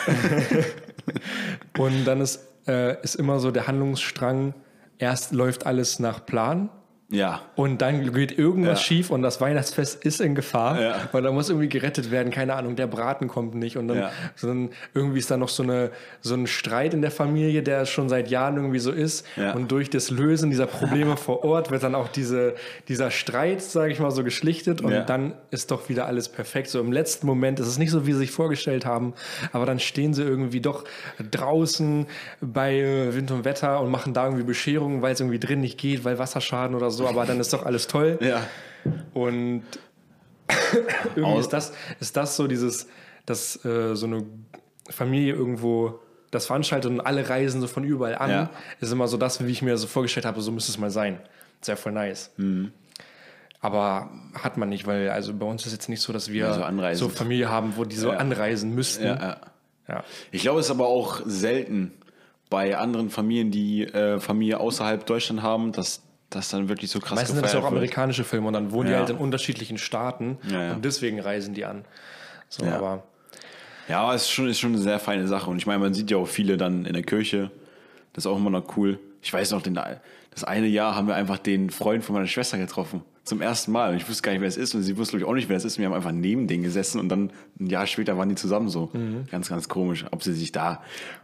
Und dann ist immer so der Handlungsstrang, erst läuft alles nach Plan. Ja. Und dann geht irgendwas schief und das Weihnachtsfest ist in Gefahr. Ja. Und da muss irgendwie gerettet werden. Keine Ahnung, der Braten kommt nicht. Und dann irgendwie ist da noch so ein Streit in der Familie, der schon seit Jahren irgendwie so ist. Ja. Und durch das Lösen dieser Probleme vor Ort wird dann auch dieser Streit, sage ich mal, so geschlichtet. Und dann ist doch wieder alles perfekt. So im letzten Moment ist es nicht so, wie sie sich vorgestellt haben. Aber dann stehen sie irgendwie doch draußen bei Wind und Wetter und machen da irgendwie Bescherungen, weil es irgendwie drin nicht geht, weil Wasserschaden oder so. Aber dann ist doch alles toll. Ja. Und irgendwie ist das so dass so eine Familie irgendwo das veranstaltet und alle reisen so von überall an. Ja. Ist immer so das, wie ich mir so vorgestellt habe, so müsste es mal sein. Sehr voll nice. Aber hat man nicht, weil also bei uns ist jetzt nicht so, dass wir so Familie haben, wo die so anreisen müssten. Ja. Ich glaube, es ist aber auch selten bei anderen Familien, die Familie außerhalb Deutschland haben, dass das dann wirklich so krass gefeiert wird. Meistens sind das auch amerikanische Filme und dann wohnen die halt in unterschiedlichen Staaten und deswegen reisen die an. So, aber es ist schon eine sehr feine Sache und ich meine, man sieht ja auch viele dann in der Kirche. Das ist auch immer noch cool. Ich weiß noch, das eine Jahr haben wir einfach den Freund von meiner Schwester getroffen. Zum ersten Mal. Und ich wusste gar nicht, wer es ist und sie wusste, glaube ich, auch nicht, wer es ist. Wir haben einfach neben denen gesessen und dann ein Jahr später waren die zusammen so. Ganz, ganz komisch. Ob sie sich da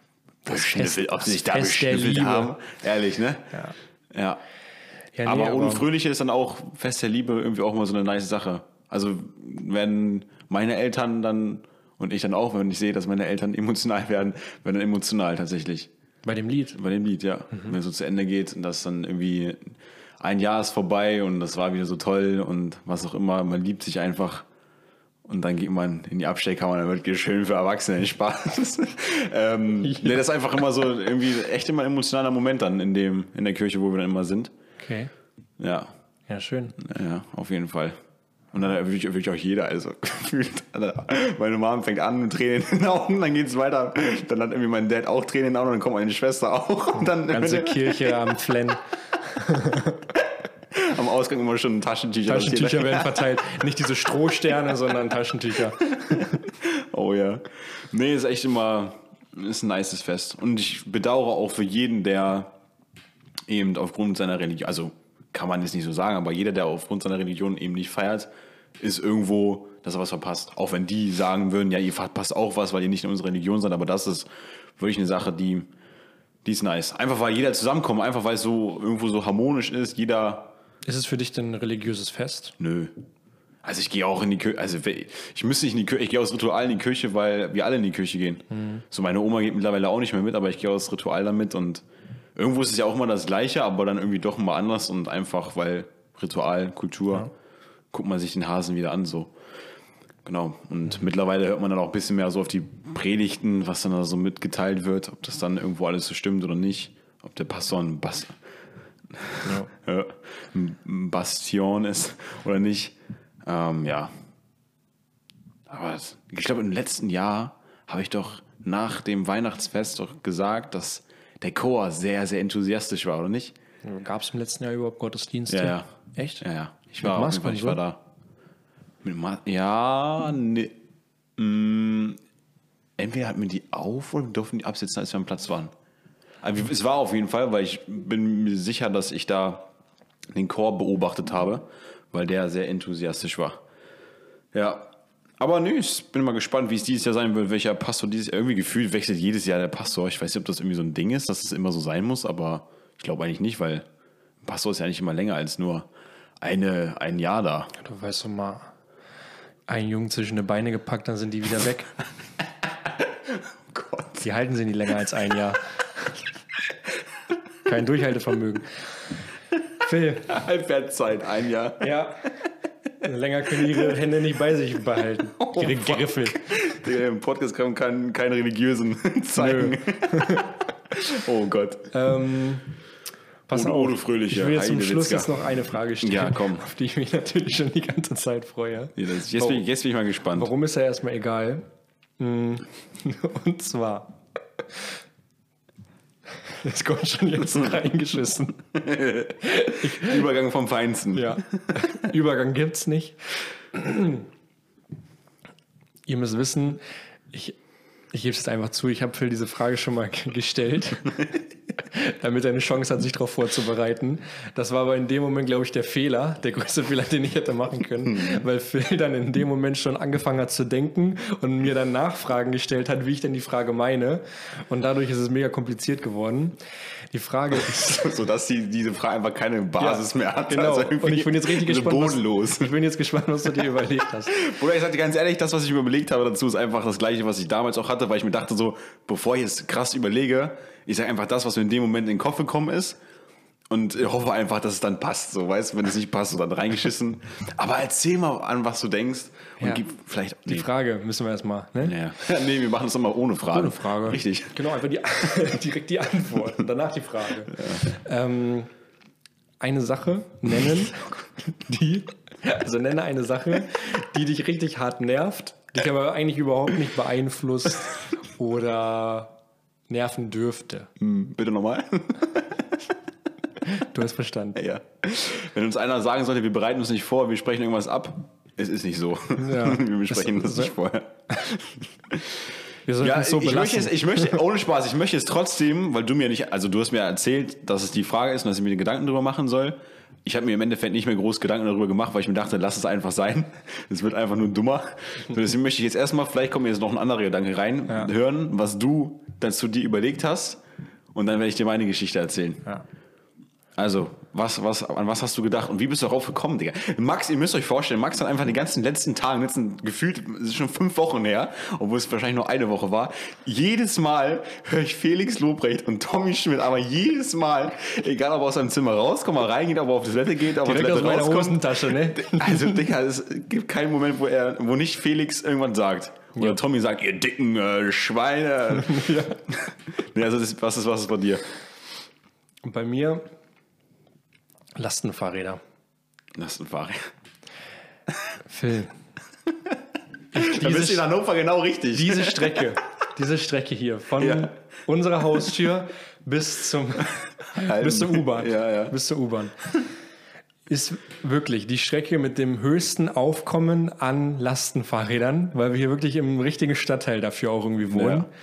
beschniffelt haben. Ehrlich, ne? Ja. Aber ohne Fröhliche ist dann auch Fest der Liebe irgendwie auch mal so eine nice Sache. Also wenn meine Eltern dann und ich dann auch, wenn ich sehe, dass meine Eltern emotional werden dann emotional tatsächlich. Bei dem Lied? Bei dem Lied, ja. Wenn es so zu Ende geht und das dann irgendwie ein Jahr ist vorbei und das war wieder so toll und was auch immer, man liebt sich einfach und dann geht man in die Abstellkammer und dann wird schön für Erwachsene Spaß. Das ist einfach immer so irgendwie echt immer ein emotionaler Moment dann in der Kirche, wo wir dann immer sind. Okay. Ja. Ja, schön. Ja, auf jeden Fall. Und dann wirklich auch jeder, also gefühlt. Meine Mom fängt an mit Tränen in den Augen, dann geht's weiter. Dann hat irgendwie mein Dad auch Tränen in den Augen und dann kommt meine Schwester auch. Und dann ganze Kirche am Flennen. Am Ausgang immer schon Taschentücher. Taschentücher werden verteilt. Nicht diese Strohsterne, sondern Taschentücher. Oh ja. Nee, ist echt immer, ist ein nices Fest. Und ich bedauere auch für jeden, der eben aufgrund seiner Religion, also kann man jetzt nicht so sagen, aber jeder, der aufgrund seiner Religion eben nicht feiert, ist irgendwo, dass er was verpasst. Auch wenn die sagen würden, ja, ihr verpasst auch was, weil ihr nicht in unserer Religion seid, aber das ist wirklich eine Sache, die ist nice. Einfach weil jeder zusammenkommt, einfach weil es so irgendwo so harmonisch ist, jeder... Ist es für dich denn ein religiöses Fest? Nö. Also ich gehe auch in die Kirche, also ich müsste nicht in die Kirche, ich gehe aus Ritual in die Kirche, weil wir alle in die Kirche gehen. So meine Oma geht mittlerweile auch nicht mehr mit, aber ich gehe aus Ritual damit und irgendwo ist es ja auch immer das Gleiche, aber dann irgendwie doch mal anders und einfach, weil Ritual, Kultur, guckt man sich den Hasen wieder an, so. Genau. Und mittlerweile hört man dann auch ein bisschen mehr so auf die Predigten, was dann da so mitgeteilt wird, ob das dann irgendwo alles so stimmt oder nicht, ob der Pastor ein Bastion ist oder nicht. Ja. Aber ich glaube, im letzten Jahr habe ich doch nach dem Weihnachtsfest doch gesagt, dass der Chor sehr, sehr enthusiastisch war, oder nicht? Gab es im letzten Jahr überhaupt Gottesdienste? Ja, ja. Echt? Ja, ja. Ich Mit war, Maske und ich so? war da. Mit ja, ne, entweder hatten wir die auf oder wir durften die absetzen, als wir am Platz waren. Also es war auf jeden Fall, weil ich bin mir sicher, dass ich da den Chor beobachtet habe, weil der sehr enthusiastisch war. Ja, aber nö, ich bin mal gespannt, wie es dieses Jahr sein wird, welcher Pastor dieses Jahr. Irgendwie gefühlt wechselt jedes Jahr der Pastor. Ich weiß nicht, ob das irgendwie so ein Ding ist, dass es immer so sein muss, aber ich glaube eigentlich nicht, weil ein Pastor ist ja nicht immer länger als nur ein Jahr da. Du weißt doch mal, einen Jungen zwischen die Beine gepackt, dann sind die wieder weg. Oh Gott. Die halten sie nicht länger als ein Jahr. Kein Durchhaltevermögen. Phil. Halbwertszeit, ein Jahr. Ja. Länger können die ihre Hände nicht bei sich behalten. Ihre Griffel. Im Podcast kann man keinen religiösen zeigen. Oh Gott. Pass auf, Ohne Fröhliche. ich will jetzt zum Schluss Heidewitzka. jetzt noch eine Frage stellen, Ja, komm. auf die ich mich natürlich schon die ganze Zeit freue. Ja, jetzt bin ich mal gespannt. Warum ist ja erstmal egal. Und zwar, das kommt schon jetzt reingeschissen. Übergang vom Feinsten. Ja, Übergang gibt's nicht. Ihr müsst wissen, ich gebe es jetzt einfach zu, ich habe Phil diese Frage schon mal gestellt, damit er eine Chance hat, sich darauf vorzubereiten. Das war aber in dem Moment, glaube ich, der größte Fehler, den ich hätte machen können, weil Phil dann in dem Moment schon angefangen hat zu denken und mir dann Nachfragen gestellt hat, wie ich denn die Frage meine. Und dadurch ist es mega kompliziert geworden. Die Frage ist... So dass diese Frage einfach keine Basis mehr hat. Genau, Also und ich bin jetzt richtig gespannt, bodenlos. ich bin jetzt gespannt, was du dir überlegt hast. Bruder, ich sag dir ganz ehrlich, das, was ich mir überlegt habe dazu, ist einfach das Gleiche, was ich damals auch hatte, weil ich mir dachte so, bevor ich jetzt krass überlege, ich sage einfach das, was mir in dem Moment in den Kopf gekommen ist und hoffe einfach, dass es dann passt. So, weißt du, wenn es nicht passt, so dann reingeschissen. Aber erzähl mal an, was du denkst und Ja. gib vielleicht... Die Frage müssen wir erstmal, ne? Ja. Nee, wir machen das immer ohne Frage. Ohne Frage. Richtig. Genau, einfach direkt die Antwort und danach die Frage. Ja. Eine Sache nennen, nenne eine Sache, die dich richtig hart nervt, dich aber eigentlich überhaupt nicht beeinflusst oder nerven dürfte. Bitte nochmal. Du hast verstanden. Ja. Wenn uns einer sagen sollte, wir bereiten uns nicht vor, wir sprechen irgendwas ab, es ist nicht so. Ja. Wir besprechen das nicht vorher. Wir sollten es so belassen. Ich möchte, ohne Spaß, ich möchte es trotzdem, weil du hast mir erzählt, dass es die Frage ist und dass ich mir Gedanken drüber machen soll. Ich habe mir im Endeffekt nicht mehr groß Gedanken darüber gemacht, weil ich mir dachte, lass es einfach sein. Es wird einfach nur dummer. So, deswegen möchte ich jetzt erstmal, vielleicht kommt mir jetzt noch ein anderer Gedanke rein, hören, was du dazu dir überlegt hast. Und dann werde ich dir meine Geschichte erzählen. Ja. Also, an was hast du gedacht und wie bist du darauf gekommen, Digga? Max, ihr müsst euch vorstellen, Max hat einfach die ganzen letzten Tage, gefühlt, es ist schon 5 Wochen her, obwohl es wahrscheinlich nur eine Woche war, jedes Mal höre ich Felix Lobrecht und Tommy Schmidt, aber jedes Mal, egal ob er aus seinem Zimmer rauskommt, mal reingeht, ob er auf die Toilette geht, ob er auf die Direkt aus Toilette meiner rauskommt. Hosentasche, ne? Also, Digga, es gibt keinen Moment, wo nicht Felix irgendwann sagt. Oder Tommy sagt, ihr dicken Schweine. Ja. Nee, also was ist bei dir? Und bei mir Lastenfahrräder. Lastenfahrräder. Phil. Da bist du in Hannover genau richtig. Diese Strecke hier von unserer Haustür bis zur U-Bahn. Ja. Bis zur U-Bahn. Ist wirklich die Strecke mit dem höchsten Aufkommen an Lastenfahrrädern, weil wir hier wirklich im richtigen Stadtteil dafür auch irgendwie wohnen. Ja.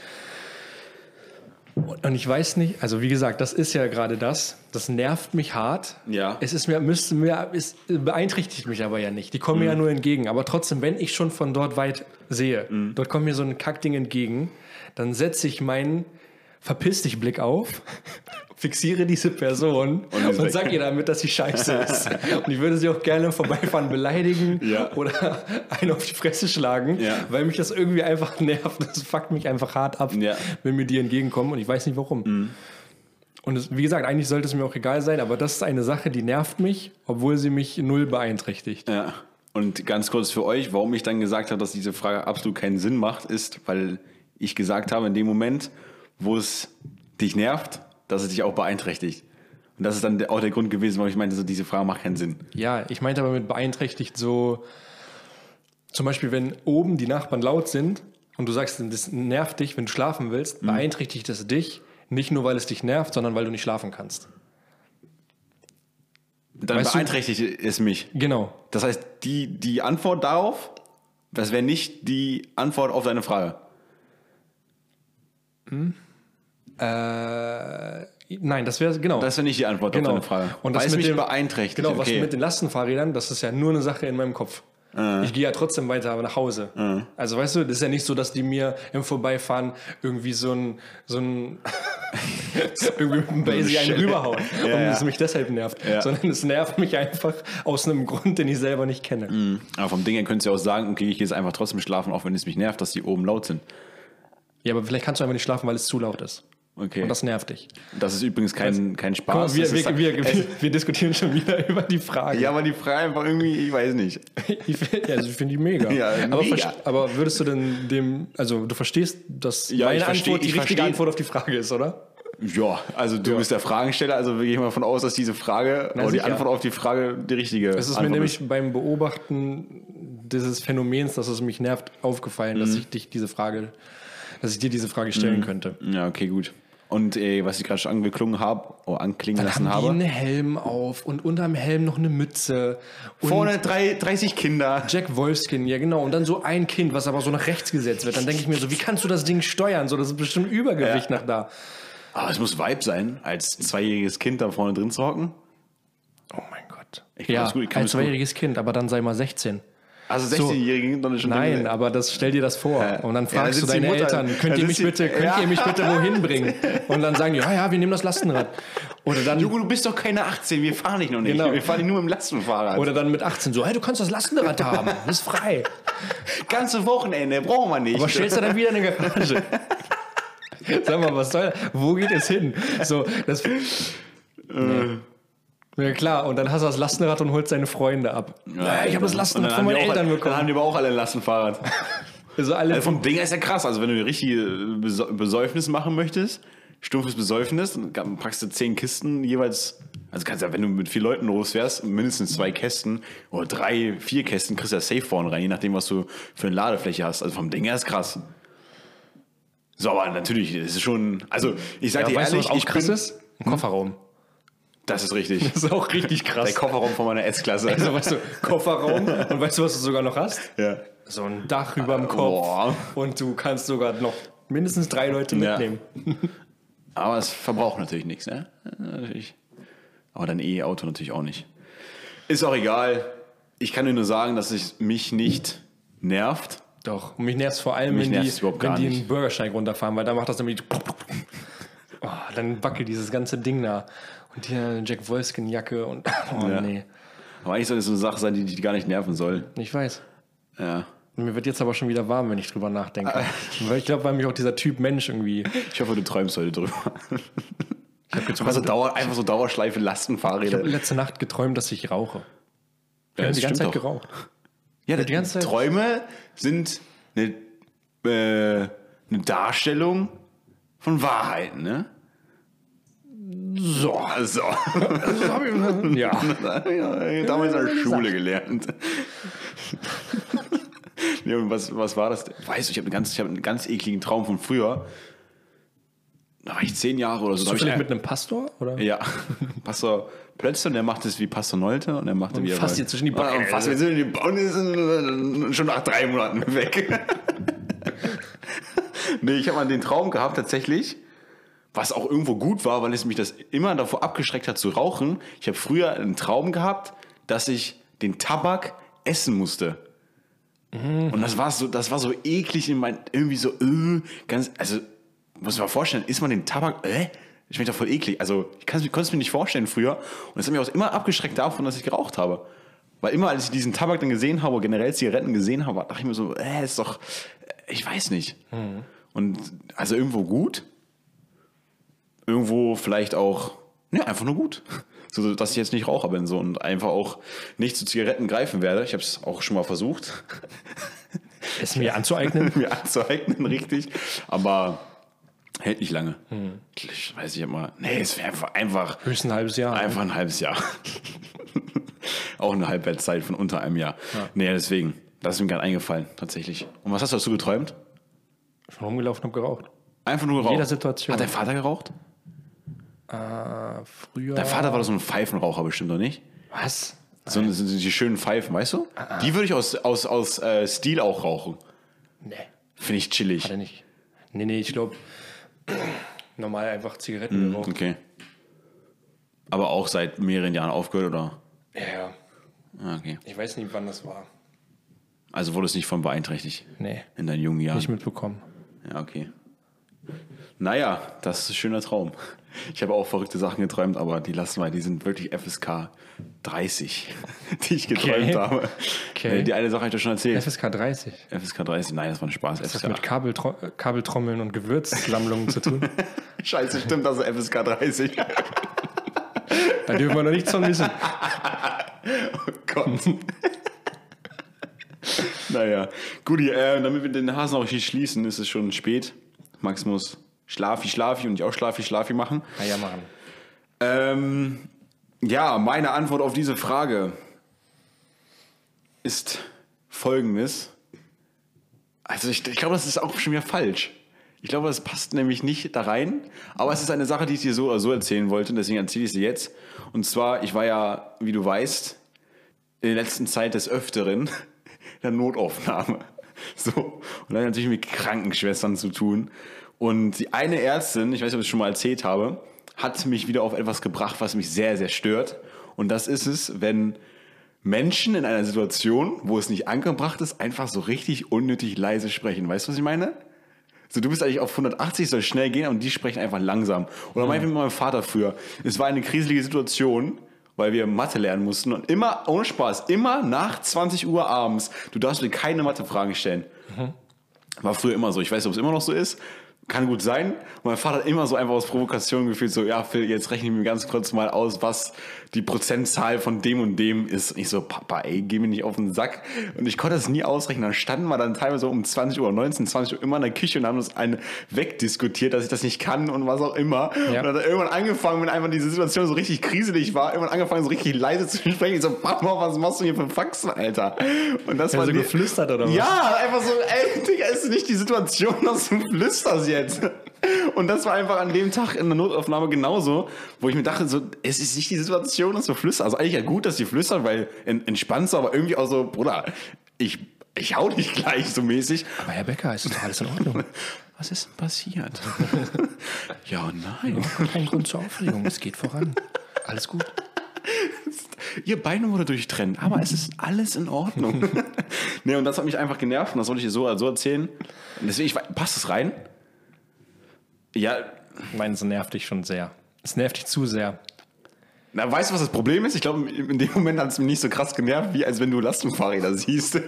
Und ich weiß nicht, also wie gesagt, das ist ja gerade das nervt mich hart. Ja. Es beeinträchtigt mich aber ja nicht. Die kommen mir ja nur entgegen. Aber trotzdem, wenn ich schon von dort weit sehe, dort kommt mir so ein Kackding entgegen, dann setze ich mein verpiss dich, Blick auf, fixiere diese Person und sag ihr damit, dass sie scheiße ist. Und ich würde sie auch gerne im Vorbeifahren beleidigen oder einen auf die Fresse schlagen, weil mich das irgendwie einfach nervt. Das fuckt mich einfach hart ab, wenn mir die entgegenkommen und ich weiß nicht warum. Und wie gesagt, eigentlich sollte es mir auch egal sein, aber das ist eine Sache, die nervt mich, obwohl sie mich null beeinträchtigt. Ja. Und ganz kurz für euch, warum ich dann gesagt habe, dass diese Frage absolut keinen Sinn macht, ist, weil ich gesagt habe, in dem Moment, wo es dich nervt, dass es dich auch beeinträchtigt. Und das ist dann auch der Grund gewesen, warum ich meinte, so, diese Frage macht keinen Sinn. Ja, ich meinte aber mit beeinträchtigt so, zum Beispiel, wenn oben die Nachbarn laut sind und du sagst, das nervt dich, wenn du schlafen willst, beeinträchtigt es dich, nicht nur, weil es dich nervt, sondern weil du nicht schlafen kannst. Dann beeinträchtigt es mich. Genau. Das heißt, die Antwort darauf, das wäre nicht die Antwort auf deine Frage. Nein, das wäre, genau. Das wäre nicht die Antwort auf deine Frage. Und das weil es mit mich beeinträchtigt. Genau, was mit den Lastenfahrrädern, das ist ja nur eine Sache in meinem Kopf. Ich gehe ja trotzdem weiter nach Hause. Also weißt du, das ist ja nicht so, dass die mir im Vorbeifahren irgendwie so ein irgendwie mit dem Basic einen rüberhauen und es mich deshalb nervt. Sondern es nervt mich einfach aus einem Grund, den ich selber nicht kenne. Aber vom Ding her könntest du ja auch sagen, okay, ich gehe jetzt einfach trotzdem schlafen, auch wenn es mich nervt, dass die oben laut sind. Ja, aber vielleicht kannst du einfach nicht schlafen, weil es zu laut ist. Okay. Und das nervt dich. Das ist übrigens kein Spaß. Guck mal, wir diskutieren schon wieder über die Frage. Ja, aber die Frage einfach irgendwie, ich weiß nicht. Ich finde die mega. Ja, aber würdest du denn du verstehst, dass meine Antwort die richtige Antwort auf die Frage ist, oder? Ja, also du bist der Fragensteller, also wir gehen mal davon aus, dass diese Frage, die Antwort auf die Frage die richtige ist. Es ist mir nämlich beim Beobachten dieses Phänomens, dass es mich nervt, aufgefallen, dass ich dir diese Frage stellen könnte. Ja, okay, gut. Und was ich gerade schon angeklungen habe, oder anklingen lassen habe. Dann haben die einen Helm auf und unterm Helm noch eine Mütze. Und vorne 30 Kinder. Jack Wolfskin, ja genau. Und dann so ein Kind, was aber so nach rechts gesetzt wird. Dann denke ich mir so, wie kannst du das Ding steuern? So, das ist bestimmt Übergewicht nach da. Aber es muss Vibe sein, als 2-jähriges Kind da vorne drin zu hocken. Oh mein Gott. Als 2-jähriges Kind, aber dann sei mal 16. Also 16-Jährige sind doch nicht schon. Nein, aber stell dir das vor. Und dann fragst du deine Eltern, könnt ihr mich bitte wohin bringen? Und dann sagen die, ja, wir nehmen das Lastenrad. Oder dann, Jugo, du bist doch keine 18, wir fahren dich noch nicht. Genau. Wir fahren dich nur mit dem Lastenfahrrad. Oder dann mit 18 so, hey, du kannst das Lastenrad haben, das ist frei. Ganze Wochenende, brauchen wir nicht. Aber stellst du dann wieder in eine Garage? Sag mal, was soll das? Wo geht es hin? So, das... Nee. Ja klar, und dann hast du das Lastenrad und holst deine Freunde ab. Ja, ich habe das Lastenrad von meinen Eltern bekommen. Dann haben die aber auch alle ein Lastenfahrrad. Also vom Ding her ist ja krass. Also wenn du eine richtige Besäufnis machen möchtest, stumpfes Besäufnis, dann packst du 10 Kisten jeweils. Also kannst ja, wenn du mit 4 Leuten losfährst, mindestens 2 Kästen oder 3, 4 Kästen, kriegst du ja safe vorne rein, je nachdem, was du für eine Ladefläche hast. Also vom Ding her ist krass. So, aber natürlich, es ist schon. Also ich sag dir ehrlich, ehrlich, was auch krass ist? Ein Kofferraum. Das ist richtig. Das ist auch richtig krass. Der Kofferraum von meiner S-Klasse. Also, weißt du, Kofferraum und weißt du, was du sogar noch hast? Ja. So ein Dach über dem Kopf und du kannst sogar noch mindestens 3 Leute mitnehmen. Aber es verbraucht natürlich nichts, ne? Natürlich. Aber dein E-Auto natürlich auch nicht. Ist auch egal. Ich kann dir nur sagen, dass es mich nicht nervt. Doch. Und mich nervt es vor allem, wenn die einen Bürgersteig runterfahren, weil da macht das nämlich... dann wackelt dieses ganze Ding da. Und hier eine Jack Wolfskin-Jacke und... nee. Aber eigentlich soll das so eine Sache sein, die gar nicht nerven soll. Ich weiß. Ja. Mir wird jetzt aber schon wieder warm, wenn ich drüber nachdenke. Weil ich glaube, weil mich auch dieser Typ Mensch irgendwie... Ich hoffe, du träumst heute drüber. Ich habe jetzt einfach so Dauerschleife Lastenfahrräder. Ich habe letzte Nacht geträumt, dass ich rauche. Ich habe die ganze Zeit geraucht. Ja, die ganze Zeit. Träume sind eine Darstellung von Wahrheiten, ne? So. Ja. Damals in der Schule gelernt. Ja, und was war das? Weißt du, ich habe einen ganz ekligen Traum von früher. Da war ich 10 Jahre oder so. Bist du vielleicht mit einem Pastor? Oder? Ja, Pastor Plötzlich, der macht es wie Pastor Nolte und er macht wieder. Fast jetzt zwischen die Beine. Fast wir sind in die Beine, schon nach 3 Monaten weg. Nee, ich habe mal den Traum gehabt, tatsächlich, was auch irgendwo gut war, weil es mich das immer davor abgeschreckt hat zu rauchen. Ich habe früher einen Traum gehabt, dass ich den Tabak essen musste. Und das war so eklig in mein, irgendwie so, ganz, also muss man vorstellen, isst man den Tabak, schmeckt doch voll eklig. Also ich konnte es mir nicht vorstellen früher. Und das hat mich auch immer abgeschreckt davon, dass ich geraucht habe. Weil immer, als ich diesen Tabak dann gesehen habe, oder generell Zigaretten gesehen habe, dachte ich mir so, ist doch, ich weiß nicht. Und also irgendwo gut, irgendwo vielleicht auch, einfach nur gut. So, dass ich jetzt nicht Raucher bin so, und einfach auch nicht zu Zigaretten greifen werde. Ich habe es auch schon mal versucht. Es mir anzueignen? Mir anzueignen, richtig. Aber hält nicht lange. Ich weiß nicht immer. Nee, es wäre einfach Höchstens ein halbes Jahr. Einfach ein halbes Jahr. Auch eine Halbwertszeit von unter einem Jahr. Ja. Nee, deswegen. Das ist mir gerade eingefallen, tatsächlich. Und was hast du dazu geträumt? Schon rumgelaufen und geraucht. Einfach nur geraucht? In jeder Situation. Hat dein Vater geraucht? Früher. Dein Vater war doch so ein Pfeifenraucher bestimmt, oder nicht? Was? So die schönen Pfeifen, weißt du? Die würde ich aus Stil auch rauchen. Nee. Finde ich chillig. Hat er nicht. Nee, ich glaube, normal einfach Zigaretten geraucht. Okay. Aber auch seit mehreren Jahren aufgehört, oder? Ja. Okay. Ich weiß nicht, wann das war. Also wurde es nicht von beeinträchtigt? Nee. In deinen jungen Jahren? Nicht mitbekommen. Ja, okay. Naja, das ist ein schöner Traum. Ich habe auch verrückte Sachen geträumt, aber die lassen wir, die sind wirklich FSK 30, die ich geträumt habe. Okay. Die eine Sache habe ich dir schon erzählt. FSK 30. FSK 30, nein, das war ein Spaß. Das hat mit Kabeltrommeln und Gewürzsammlungen zu tun. Scheiße, stimmt, das ist FSK 30. Da dürfen wir noch nichts von wissen. Oh Gott. Naja, guti, damit wir den Hasen auch hier schließen, ist es schon spät. Max muss Schlafi und ich auch Schlafi machen. Ja, machen. Ja, meine Antwort auf diese Frage ist folgendes. Also ich glaube, das ist auch schon wieder falsch. Ich glaube, das passt nämlich nicht da rein. Aber es ist eine Sache, die ich dir so oder so erzählen wollte. Und deswegen erzähle ich sie jetzt. Und zwar, ich war ja, wie du weißt, in der letzten Zeit des Öfteren in der Notaufnahme. So. Und dann natürlich mit Krankenschwestern zu tun. Und die eine Ärztin, ich weiß nicht, ob ich es schon mal erzählt habe, hat mich wieder auf etwas gebracht, was mich sehr, sehr stört. Und das ist es, wenn Menschen in einer Situation, wo es nicht angebracht ist, einfach so richtig unnötig leise sprechen. Weißt du, was ich meine? So, du bist eigentlich auf 180, soll schnell gehen, und die sprechen einfach langsam. Oder meinetwegen mit meinem Vater früher. Es war eine kriselige Situation, weil wir Mathe lernen mussten. Und immer, ohne Spaß, immer nach 20 Uhr abends, du darfst mir keine Mathefragen stellen. War früher immer so. Ich weiß nicht, ob es immer noch so ist. Kann gut sein. Und mein Vater hat immer so einfach aus Provokation gefühlt, so, ja, Phil, jetzt rechne ich mir ganz kurz mal aus, was die Prozentzahl von dem und dem ist. Und ich so, Papa, ey, geh mir nicht auf den Sack. Und ich konnte das nie ausrechnen. Dann standen wir dann teilweise um 20 Uhr, 19, 20 Uhr immer in der Küche und haben uns einen wegdiskutiert, dass ich das nicht kann und was auch immer. Ja. Und dann hat er irgendwann angefangen, wenn einfach diese Situation so richtig kriselig war, irgendwann angefangen, so richtig leise zu sprechen. Ich so, Papa, was machst du hier für Faxen, Alter? Und das war so geflüstert oder was? Ja, einfach so, ey, Digga, ist nicht die Situation, dass du flüsterst jetzt. Und das war einfach an dem Tag in der Notaufnahme genauso, wo ich mir dachte, so, es ist nicht die Situation, dass du flüsterst. Also eigentlich ja gut, dass die flüstern, weil entspannt so, aber irgendwie auch so, Bruder, ich hau dich gleich so mäßig. Aber Herr Becker, ist doch alles in Ordnung? Was ist denn passiert? Ja, nein. Kein Grund zur Aufregung, es geht voran. Alles gut. Ihr Beine wurde durchtrennt, aber es ist alles in Ordnung. Nee, und das hat mich einfach genervt und das wollte ich dir so erzählen. Und deswegen, passt es rein? Ja. Meins nervt dich schon sehr. Es nervt dich zu sehr. Na, weißt du, was das Problem ist? Ich glaube, in dem Moment hat es mich nicht so krass genervt, wie als wenn du Lastenfahrräder siehst.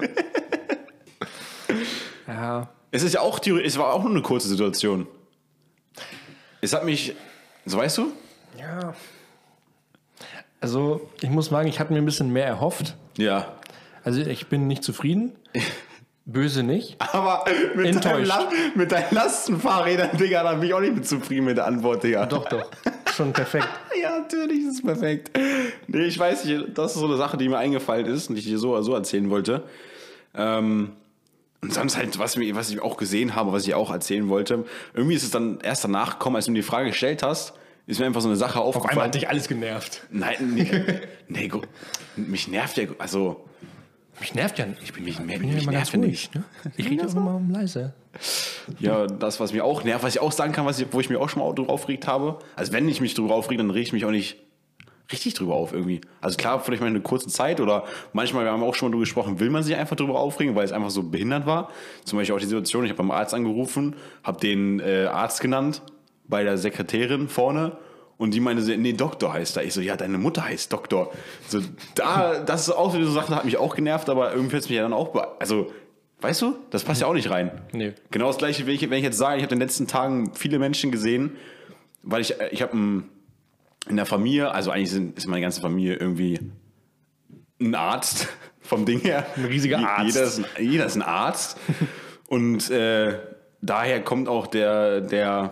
Ja. Es war auch nur eine kurze Situation. Es hat mich, so weißt du? Ja. Also, ich muss sagen, ich hatte mir ein bisschen mehr erhofft. Ja. Also, ich bin nicht zufrieden. Böse nicht. Aber mit deinen Lastenfahrrädern, Digga, da bin ich auch nicht mit zufrieden mit der Antwort, Digga. Doch. Schon perfekt. Ja, natürlich ist es perfekt. Nee, ich weiß nicht, das ist so eine Sache, die mir eingefallen ist und die ich dir so erzählen wollte. Und sonst halt, was ich auch gesehen habe, was ich auch erzählen wollte. Irgendwie ist es dann erst danach gekommen, als du mir die Frage gestellt hast, ist mir einfach so eine Sache aufgefallen. Auf einmal hat dich alles genervt. Nein, nee, mich nervt ja, also... Mich nervt ja nicht. Mich nervt ja nicht. Ne? Ich rede auch immer leise. Ja, das, was mir auch nervt, was ich auch sagen kann, wo ich mich auch schon mal drüber aufgeregt habe. Also wenn ich mich drüber aufrege, dann rege ich mich auch nicht richtig drüber auf irgendwie. Also klar, vielleicht mal eine kurze Zeit oder manchmal, wir haben auch schon mal drüber gesprochen, will man sich einfach drüber aufregen, weil es einfach so behindert war. Zum Beispiel auch die Situation, ich habe beim Arzt angerufen, habe den Arzt genannt bei der Sekretärin vorne und die meinte so, nee, Doktor heißt er. Ich so, ja, deine Mutter heißt Doktor. So, das ist auch so eine Sache, hat mich auch genervt, aber irgendwie hat es mich ja dann auch, also, weißt du, das passt ja auch nicht rein. Nee. Genau das Gleiche, wenn ich jetzt sage, ich habe in den letzten Tagen viele Menschen gesehen, weil ich habe in der Familie, also eigentlich ist meine ganze Familie irgendwie ein Arzt vom Ding her. Ein riesiger Arzt. Jeder ist ein Arzt. Und daher kommt auch der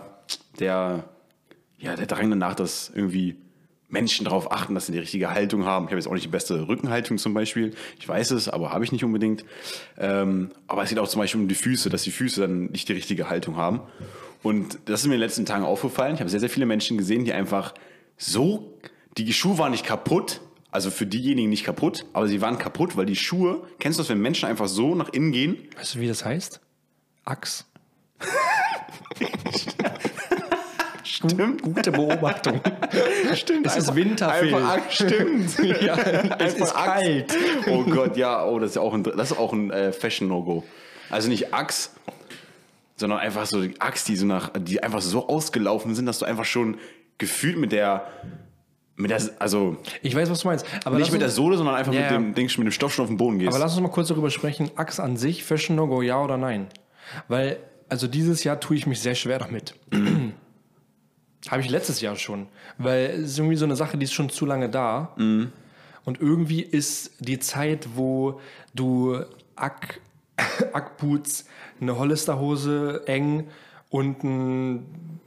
Drang danach, dass irgendwie Menschen darauf achten, dass sie die richtige Haltung haben. Ich habe jetzt auch nicht die beste Rückenhaltung zum Beispiel. Ich weiß es, aber habe ich nicht unbedingt. Aber es geht auch zum Beispiel um die Füße, dass die Füße dann nicht die richtige Haltung haben. Und das ist mir in den letzten Tagen aufgefallen. Ich habe sehr, sehr viele Menschen gesehen, die einfach die Schuhe waren nicht kaputt, also für diejenigen nicht kaputt, aber sie waren kaputt, weil die Schuhe, kennst du das, wenn Menschen einfach so nach innen gehen? Weißt du, wie das heißt? Achs. Stimmt. Gute Beobachtung. Stimmt. Es ist Winterfilm. Stimmt. Ja, es ist kalt. Oh Gott, ja, das ist auch ein Fashion-No-Go. Also nicht Achs, sondern einfach so die Achs, die einfach so ausgelaufen sind, dass du einfach schon gefühlt mit der, also ich weiß, was du meinst. Aber nicht mit der Sohle, sondern einfach Ja, mit dem Stoff schon auf den Boden gehst. Aber lass uns mal kurz darüber sprechen, Achs an sich, Fashion No-Go, ja oder nein? Weil, also dieses Jahr tue ich mich sehr schwer damit. Habe ich letztes Jahr schon. Weil es ist irgendwie so eine Sache, die ist schon zu lange da. Und irgendwie ist die Zeit, wo du Ackboots, eine Hollisterhose eng und ein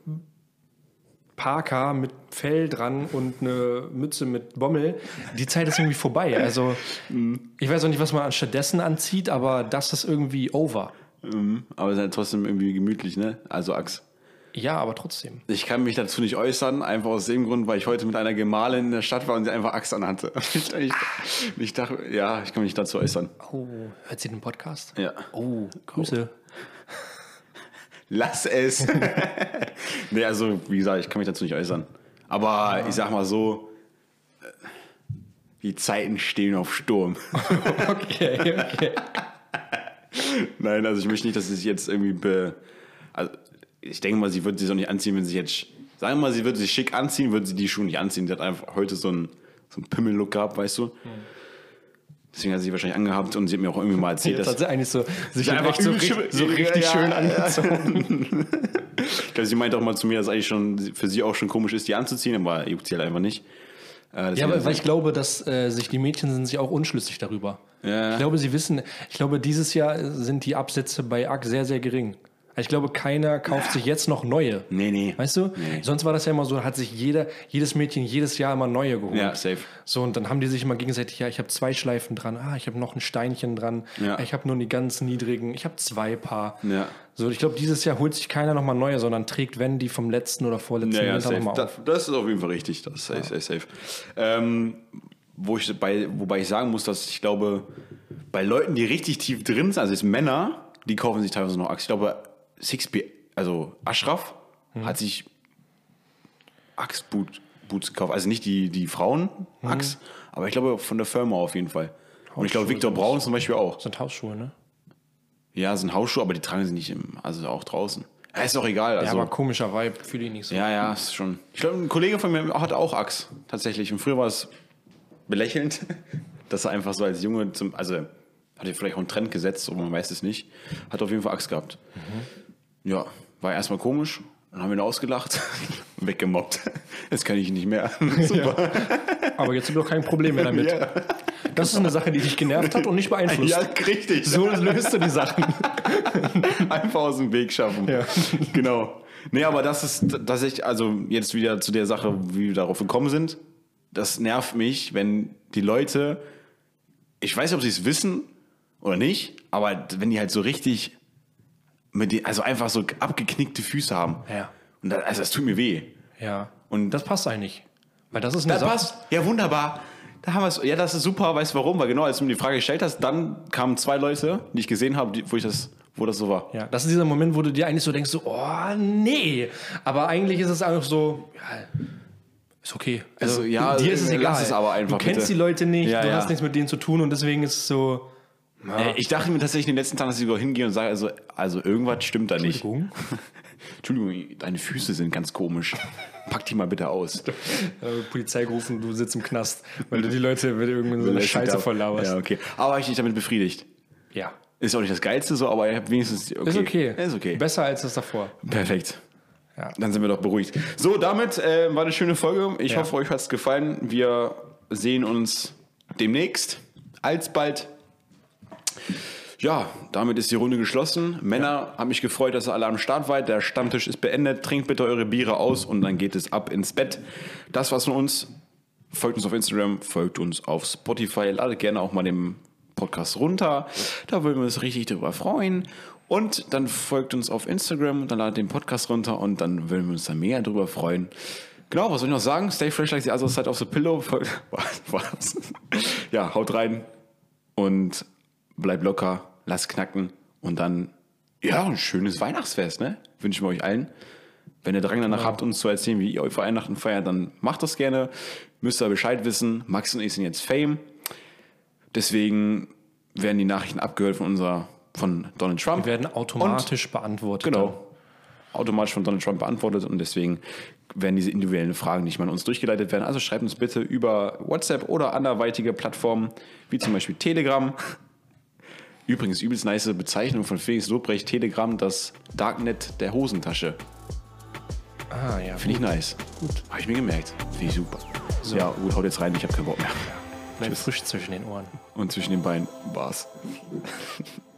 Parker mit Fell dran und eine Mütze mit Bommel, die Zeit ist irgendwie vorbei. Also ich weiß auch nicht, was man stattdessen anzieht, aber das ist irgendwie over. Aber es ist halt trotzdem irgendwie gemütlich, ne? Also Achs. Ja, aber trotzdem. Ich kann mich dazu nicht äußern, einfach aus dem Grund, weil ich heute mit einer Gemahlin in der Stadt war und sie einfach Achs anhatte. Ich dachte, ja, ich kann mich nicht dazu äußern. Oh, hört sie den Podcast? Ja. Oh, Grüße. Lass es. Nee, also, wie gesagt, ich kann mich dazu nicht äußern. Aber ich sag mal so, die Zeiten stehen auf Sturm. Okay. Nein, also ich möchte nicht, dass sie sich jetzt irgendwie also ich denke mal, sie wird sich auch nicht anziehen, wenn sie jetzt, sagen wir mal, sie würde sich schick anziehen, würde sie die Schuhe nicht anziehen. Sie hat einfach heute so einen Pimmel-Look gehabt, weißt du. Deswegen hat sie wahrscheinlich angehabt und sie hat mir auch irgendwie mal erzählt, Jetzt hat sie eigentlich so sich einfach so richtig schön angezogen. Ich glaube, sie meinte auch mal zu mir, dass eigentlich schon für sie auch schon komisch ist, die anzuziehen, aber juckt sie halt einfach nicht. Ja, aber weil ich glaube, dass sich die Mädchen sind sich auch unschlüssig darüber. Ja. Ich glaube, dieses Jahr sind die Absätze bei AG sehr, sehr gering. Ich glaube, keiner kauft sich jetzt noch neue. Nee. Weißt du? Nee. Sonst war das ja immer so, hat sich jedes Mädchen jedes Jahr immer neue geholt. Ja, safe. So, und dann haben die sich immer gegenseitig, ja, ich habe 2 Schleifen dran, ich habe noch ein Steinchen dran, Ja. ich habe nur die ganz niedrigen, ich habe 2 Paar. Ja. So, ich glaube, dieses Jahr holt sich keiner nochmal neue, sondern trägt, wenn die vom letzten oder vorletzten Ja, Winter nochmal safe. auf. Das ist auf jeden Fall richtig. Das ist safe. Wobei ich sagen muss, dass ich glaube, bei Leuten, die richtig tief drin sind, also jetzt Männer, die kaufen sich teilweise noch Axt. Ich glaube, 6B, also Ashraf, hat sich Axe-Boots gekauft. Also nicht die Frauen Axe, aber ich glaube von der Firma auf jeden Fall. Und ich glaube, Viktor Braun zum Beispiel auch. Das sind Hausschuhe, ne? Ja, sind Hausschuhe, aber die tragen sie nicht also auch draußen. Ja, ist doch egal. Also, Ja, aber komischer Vibe, fühle ich nicht so. ja, ist schon. Ich glaube, ein Kollege von mir hat auch Axe, tatsächlich. Und früher war es belächelnd, dass er einfach so als Junge also hat er vielleicht auch einen Trend gesetzt, aber man weiß es nicht. Hat auf jeden Fall Axt gehabt. Ja, war erstmal komisch. Dann haben wir ihn ausgelacht und weggemobbt. Jetzt kann ich ihn nicht mehr. Super. Aber jetzt haben wir doch kein Problem mehr damit. Ja. Das ist eine Sache, die dich genervt hat und nicht beeinflusst. Ja, richtig. So löst du die Sachen. Einfach aus dem Weg schaffen. Ja. Genau. Nee, aber das ist tatsächlich, also jetzt wieder zu der Sache, wie wir darauf gekommen sind. Das nervt mich, wenn die Leute, ich weiß nicht, ob sie es wissen oder nicht, aber wenn die halt so richtig also einfach so abgeknickte Füße haben. Ja. Und das tut mir weh. Ja. Und Das passt eigentlich. Weil das ist eine das Sache. passt. Ja, wunderbar. Da haben wir es. Ja, das ist super. Weißt du warum? Weil genau, als du mir die Frage gestellt hast, dann kamen 2 Leute, die ich gesehen habe, wo das so war. Ja, das ist dieser Moment, wo du dir eigentlich so denkst, so, oh nee. Aber eigentlich ist es einfach so, ja, ist okay. Also, ja, dir ist es egal. lass es aber einfach, du kennst bitte. die Leute nicht, Ja, du ja. hast nichts mit denen zu tun und deswegen ist es so... Ich dachte mir tatsächlich in den letzten Tagen, dass ich sogar hingehe und sage, also irgendwas stimmt da nicht. Entschuldigung. Entschuldigung, deine Füße sind ganz komisch. Pack die mal bitte aus. Polizei gerufen, du sitzt im Knast, weil du die Leute mit irgendeiner so einer Scheiße volllaberst. Ja, okay. Aber ich dich damit befriedigt. Ja. Ist auch nicht das Geilste so, aber ihr habt wenigstens... Okay. Ist okay. Ist okay. Besser als das davor. Perfekt. Ja. Dann sind wir doch beruhigt. So, damit war eine schöne Folge. Ich hoffe, euch hat es gefallen. Wir sehen uns demnächst. Alsbald. Ja, damit ist die Runde geschlossen. Männer, haben mich gefreut, dass ihr alle am Start wart. Der Stammtisch ist beendet. Trinkt bitte eure Biere aus und dann geht es ab ins Bett. Das war's von uns. Folgt uns auf Instagram, folgt uns auf Spotify. Ladet gerne auch mal den Podcast runter. Da würden wir uns richtig drüber freuen. Und dann folgt uns auf Instagram, dann ladet den Podcast runter und dann würden wir uns da mehr drüber freuen. Genau, was soll ich noch sagen? Stay fresh like the other side of the pillow. Was? Ja, haut rein und bleibt locker, lasst knacken und dann, ja, ein schönes Weihnachtsfest, ne? Wünschen wir euch allen. Wenn ihr Drang danach habt, uns zu erzählen, wie ihr für Weihnachten feiert, dann macht das gerne. Müsst ihr Bescheid wissen. Max und ich sind jetzt Fame. Deswegen werden die Nachrichten abgehört von Donald Trump. Die werden automatisch beantwortet. Genau. Automatisch von Donald Trump beantwortet und deswegen werden diese individuellen Fragen nicht mal an uns durchgeleitet werden. Also schreibt uns bitte über WhatsApp oder anderweitige Plattformen, wie zum Beispiel Telegram. Übrigens, übelst nice Bezeichnung von Felix Lobrecht, Telegram, das Darknet der Hosentasche. Ah, ja. Finde ich nice. Gut. Habe ich mir gemerkt. Finde ich super. So. Ja, gut, haut jetzt rein, ich habe keinen Bock mehr. Bleib frisch zwischen den Ohren. Und zwischen den Beinen war's.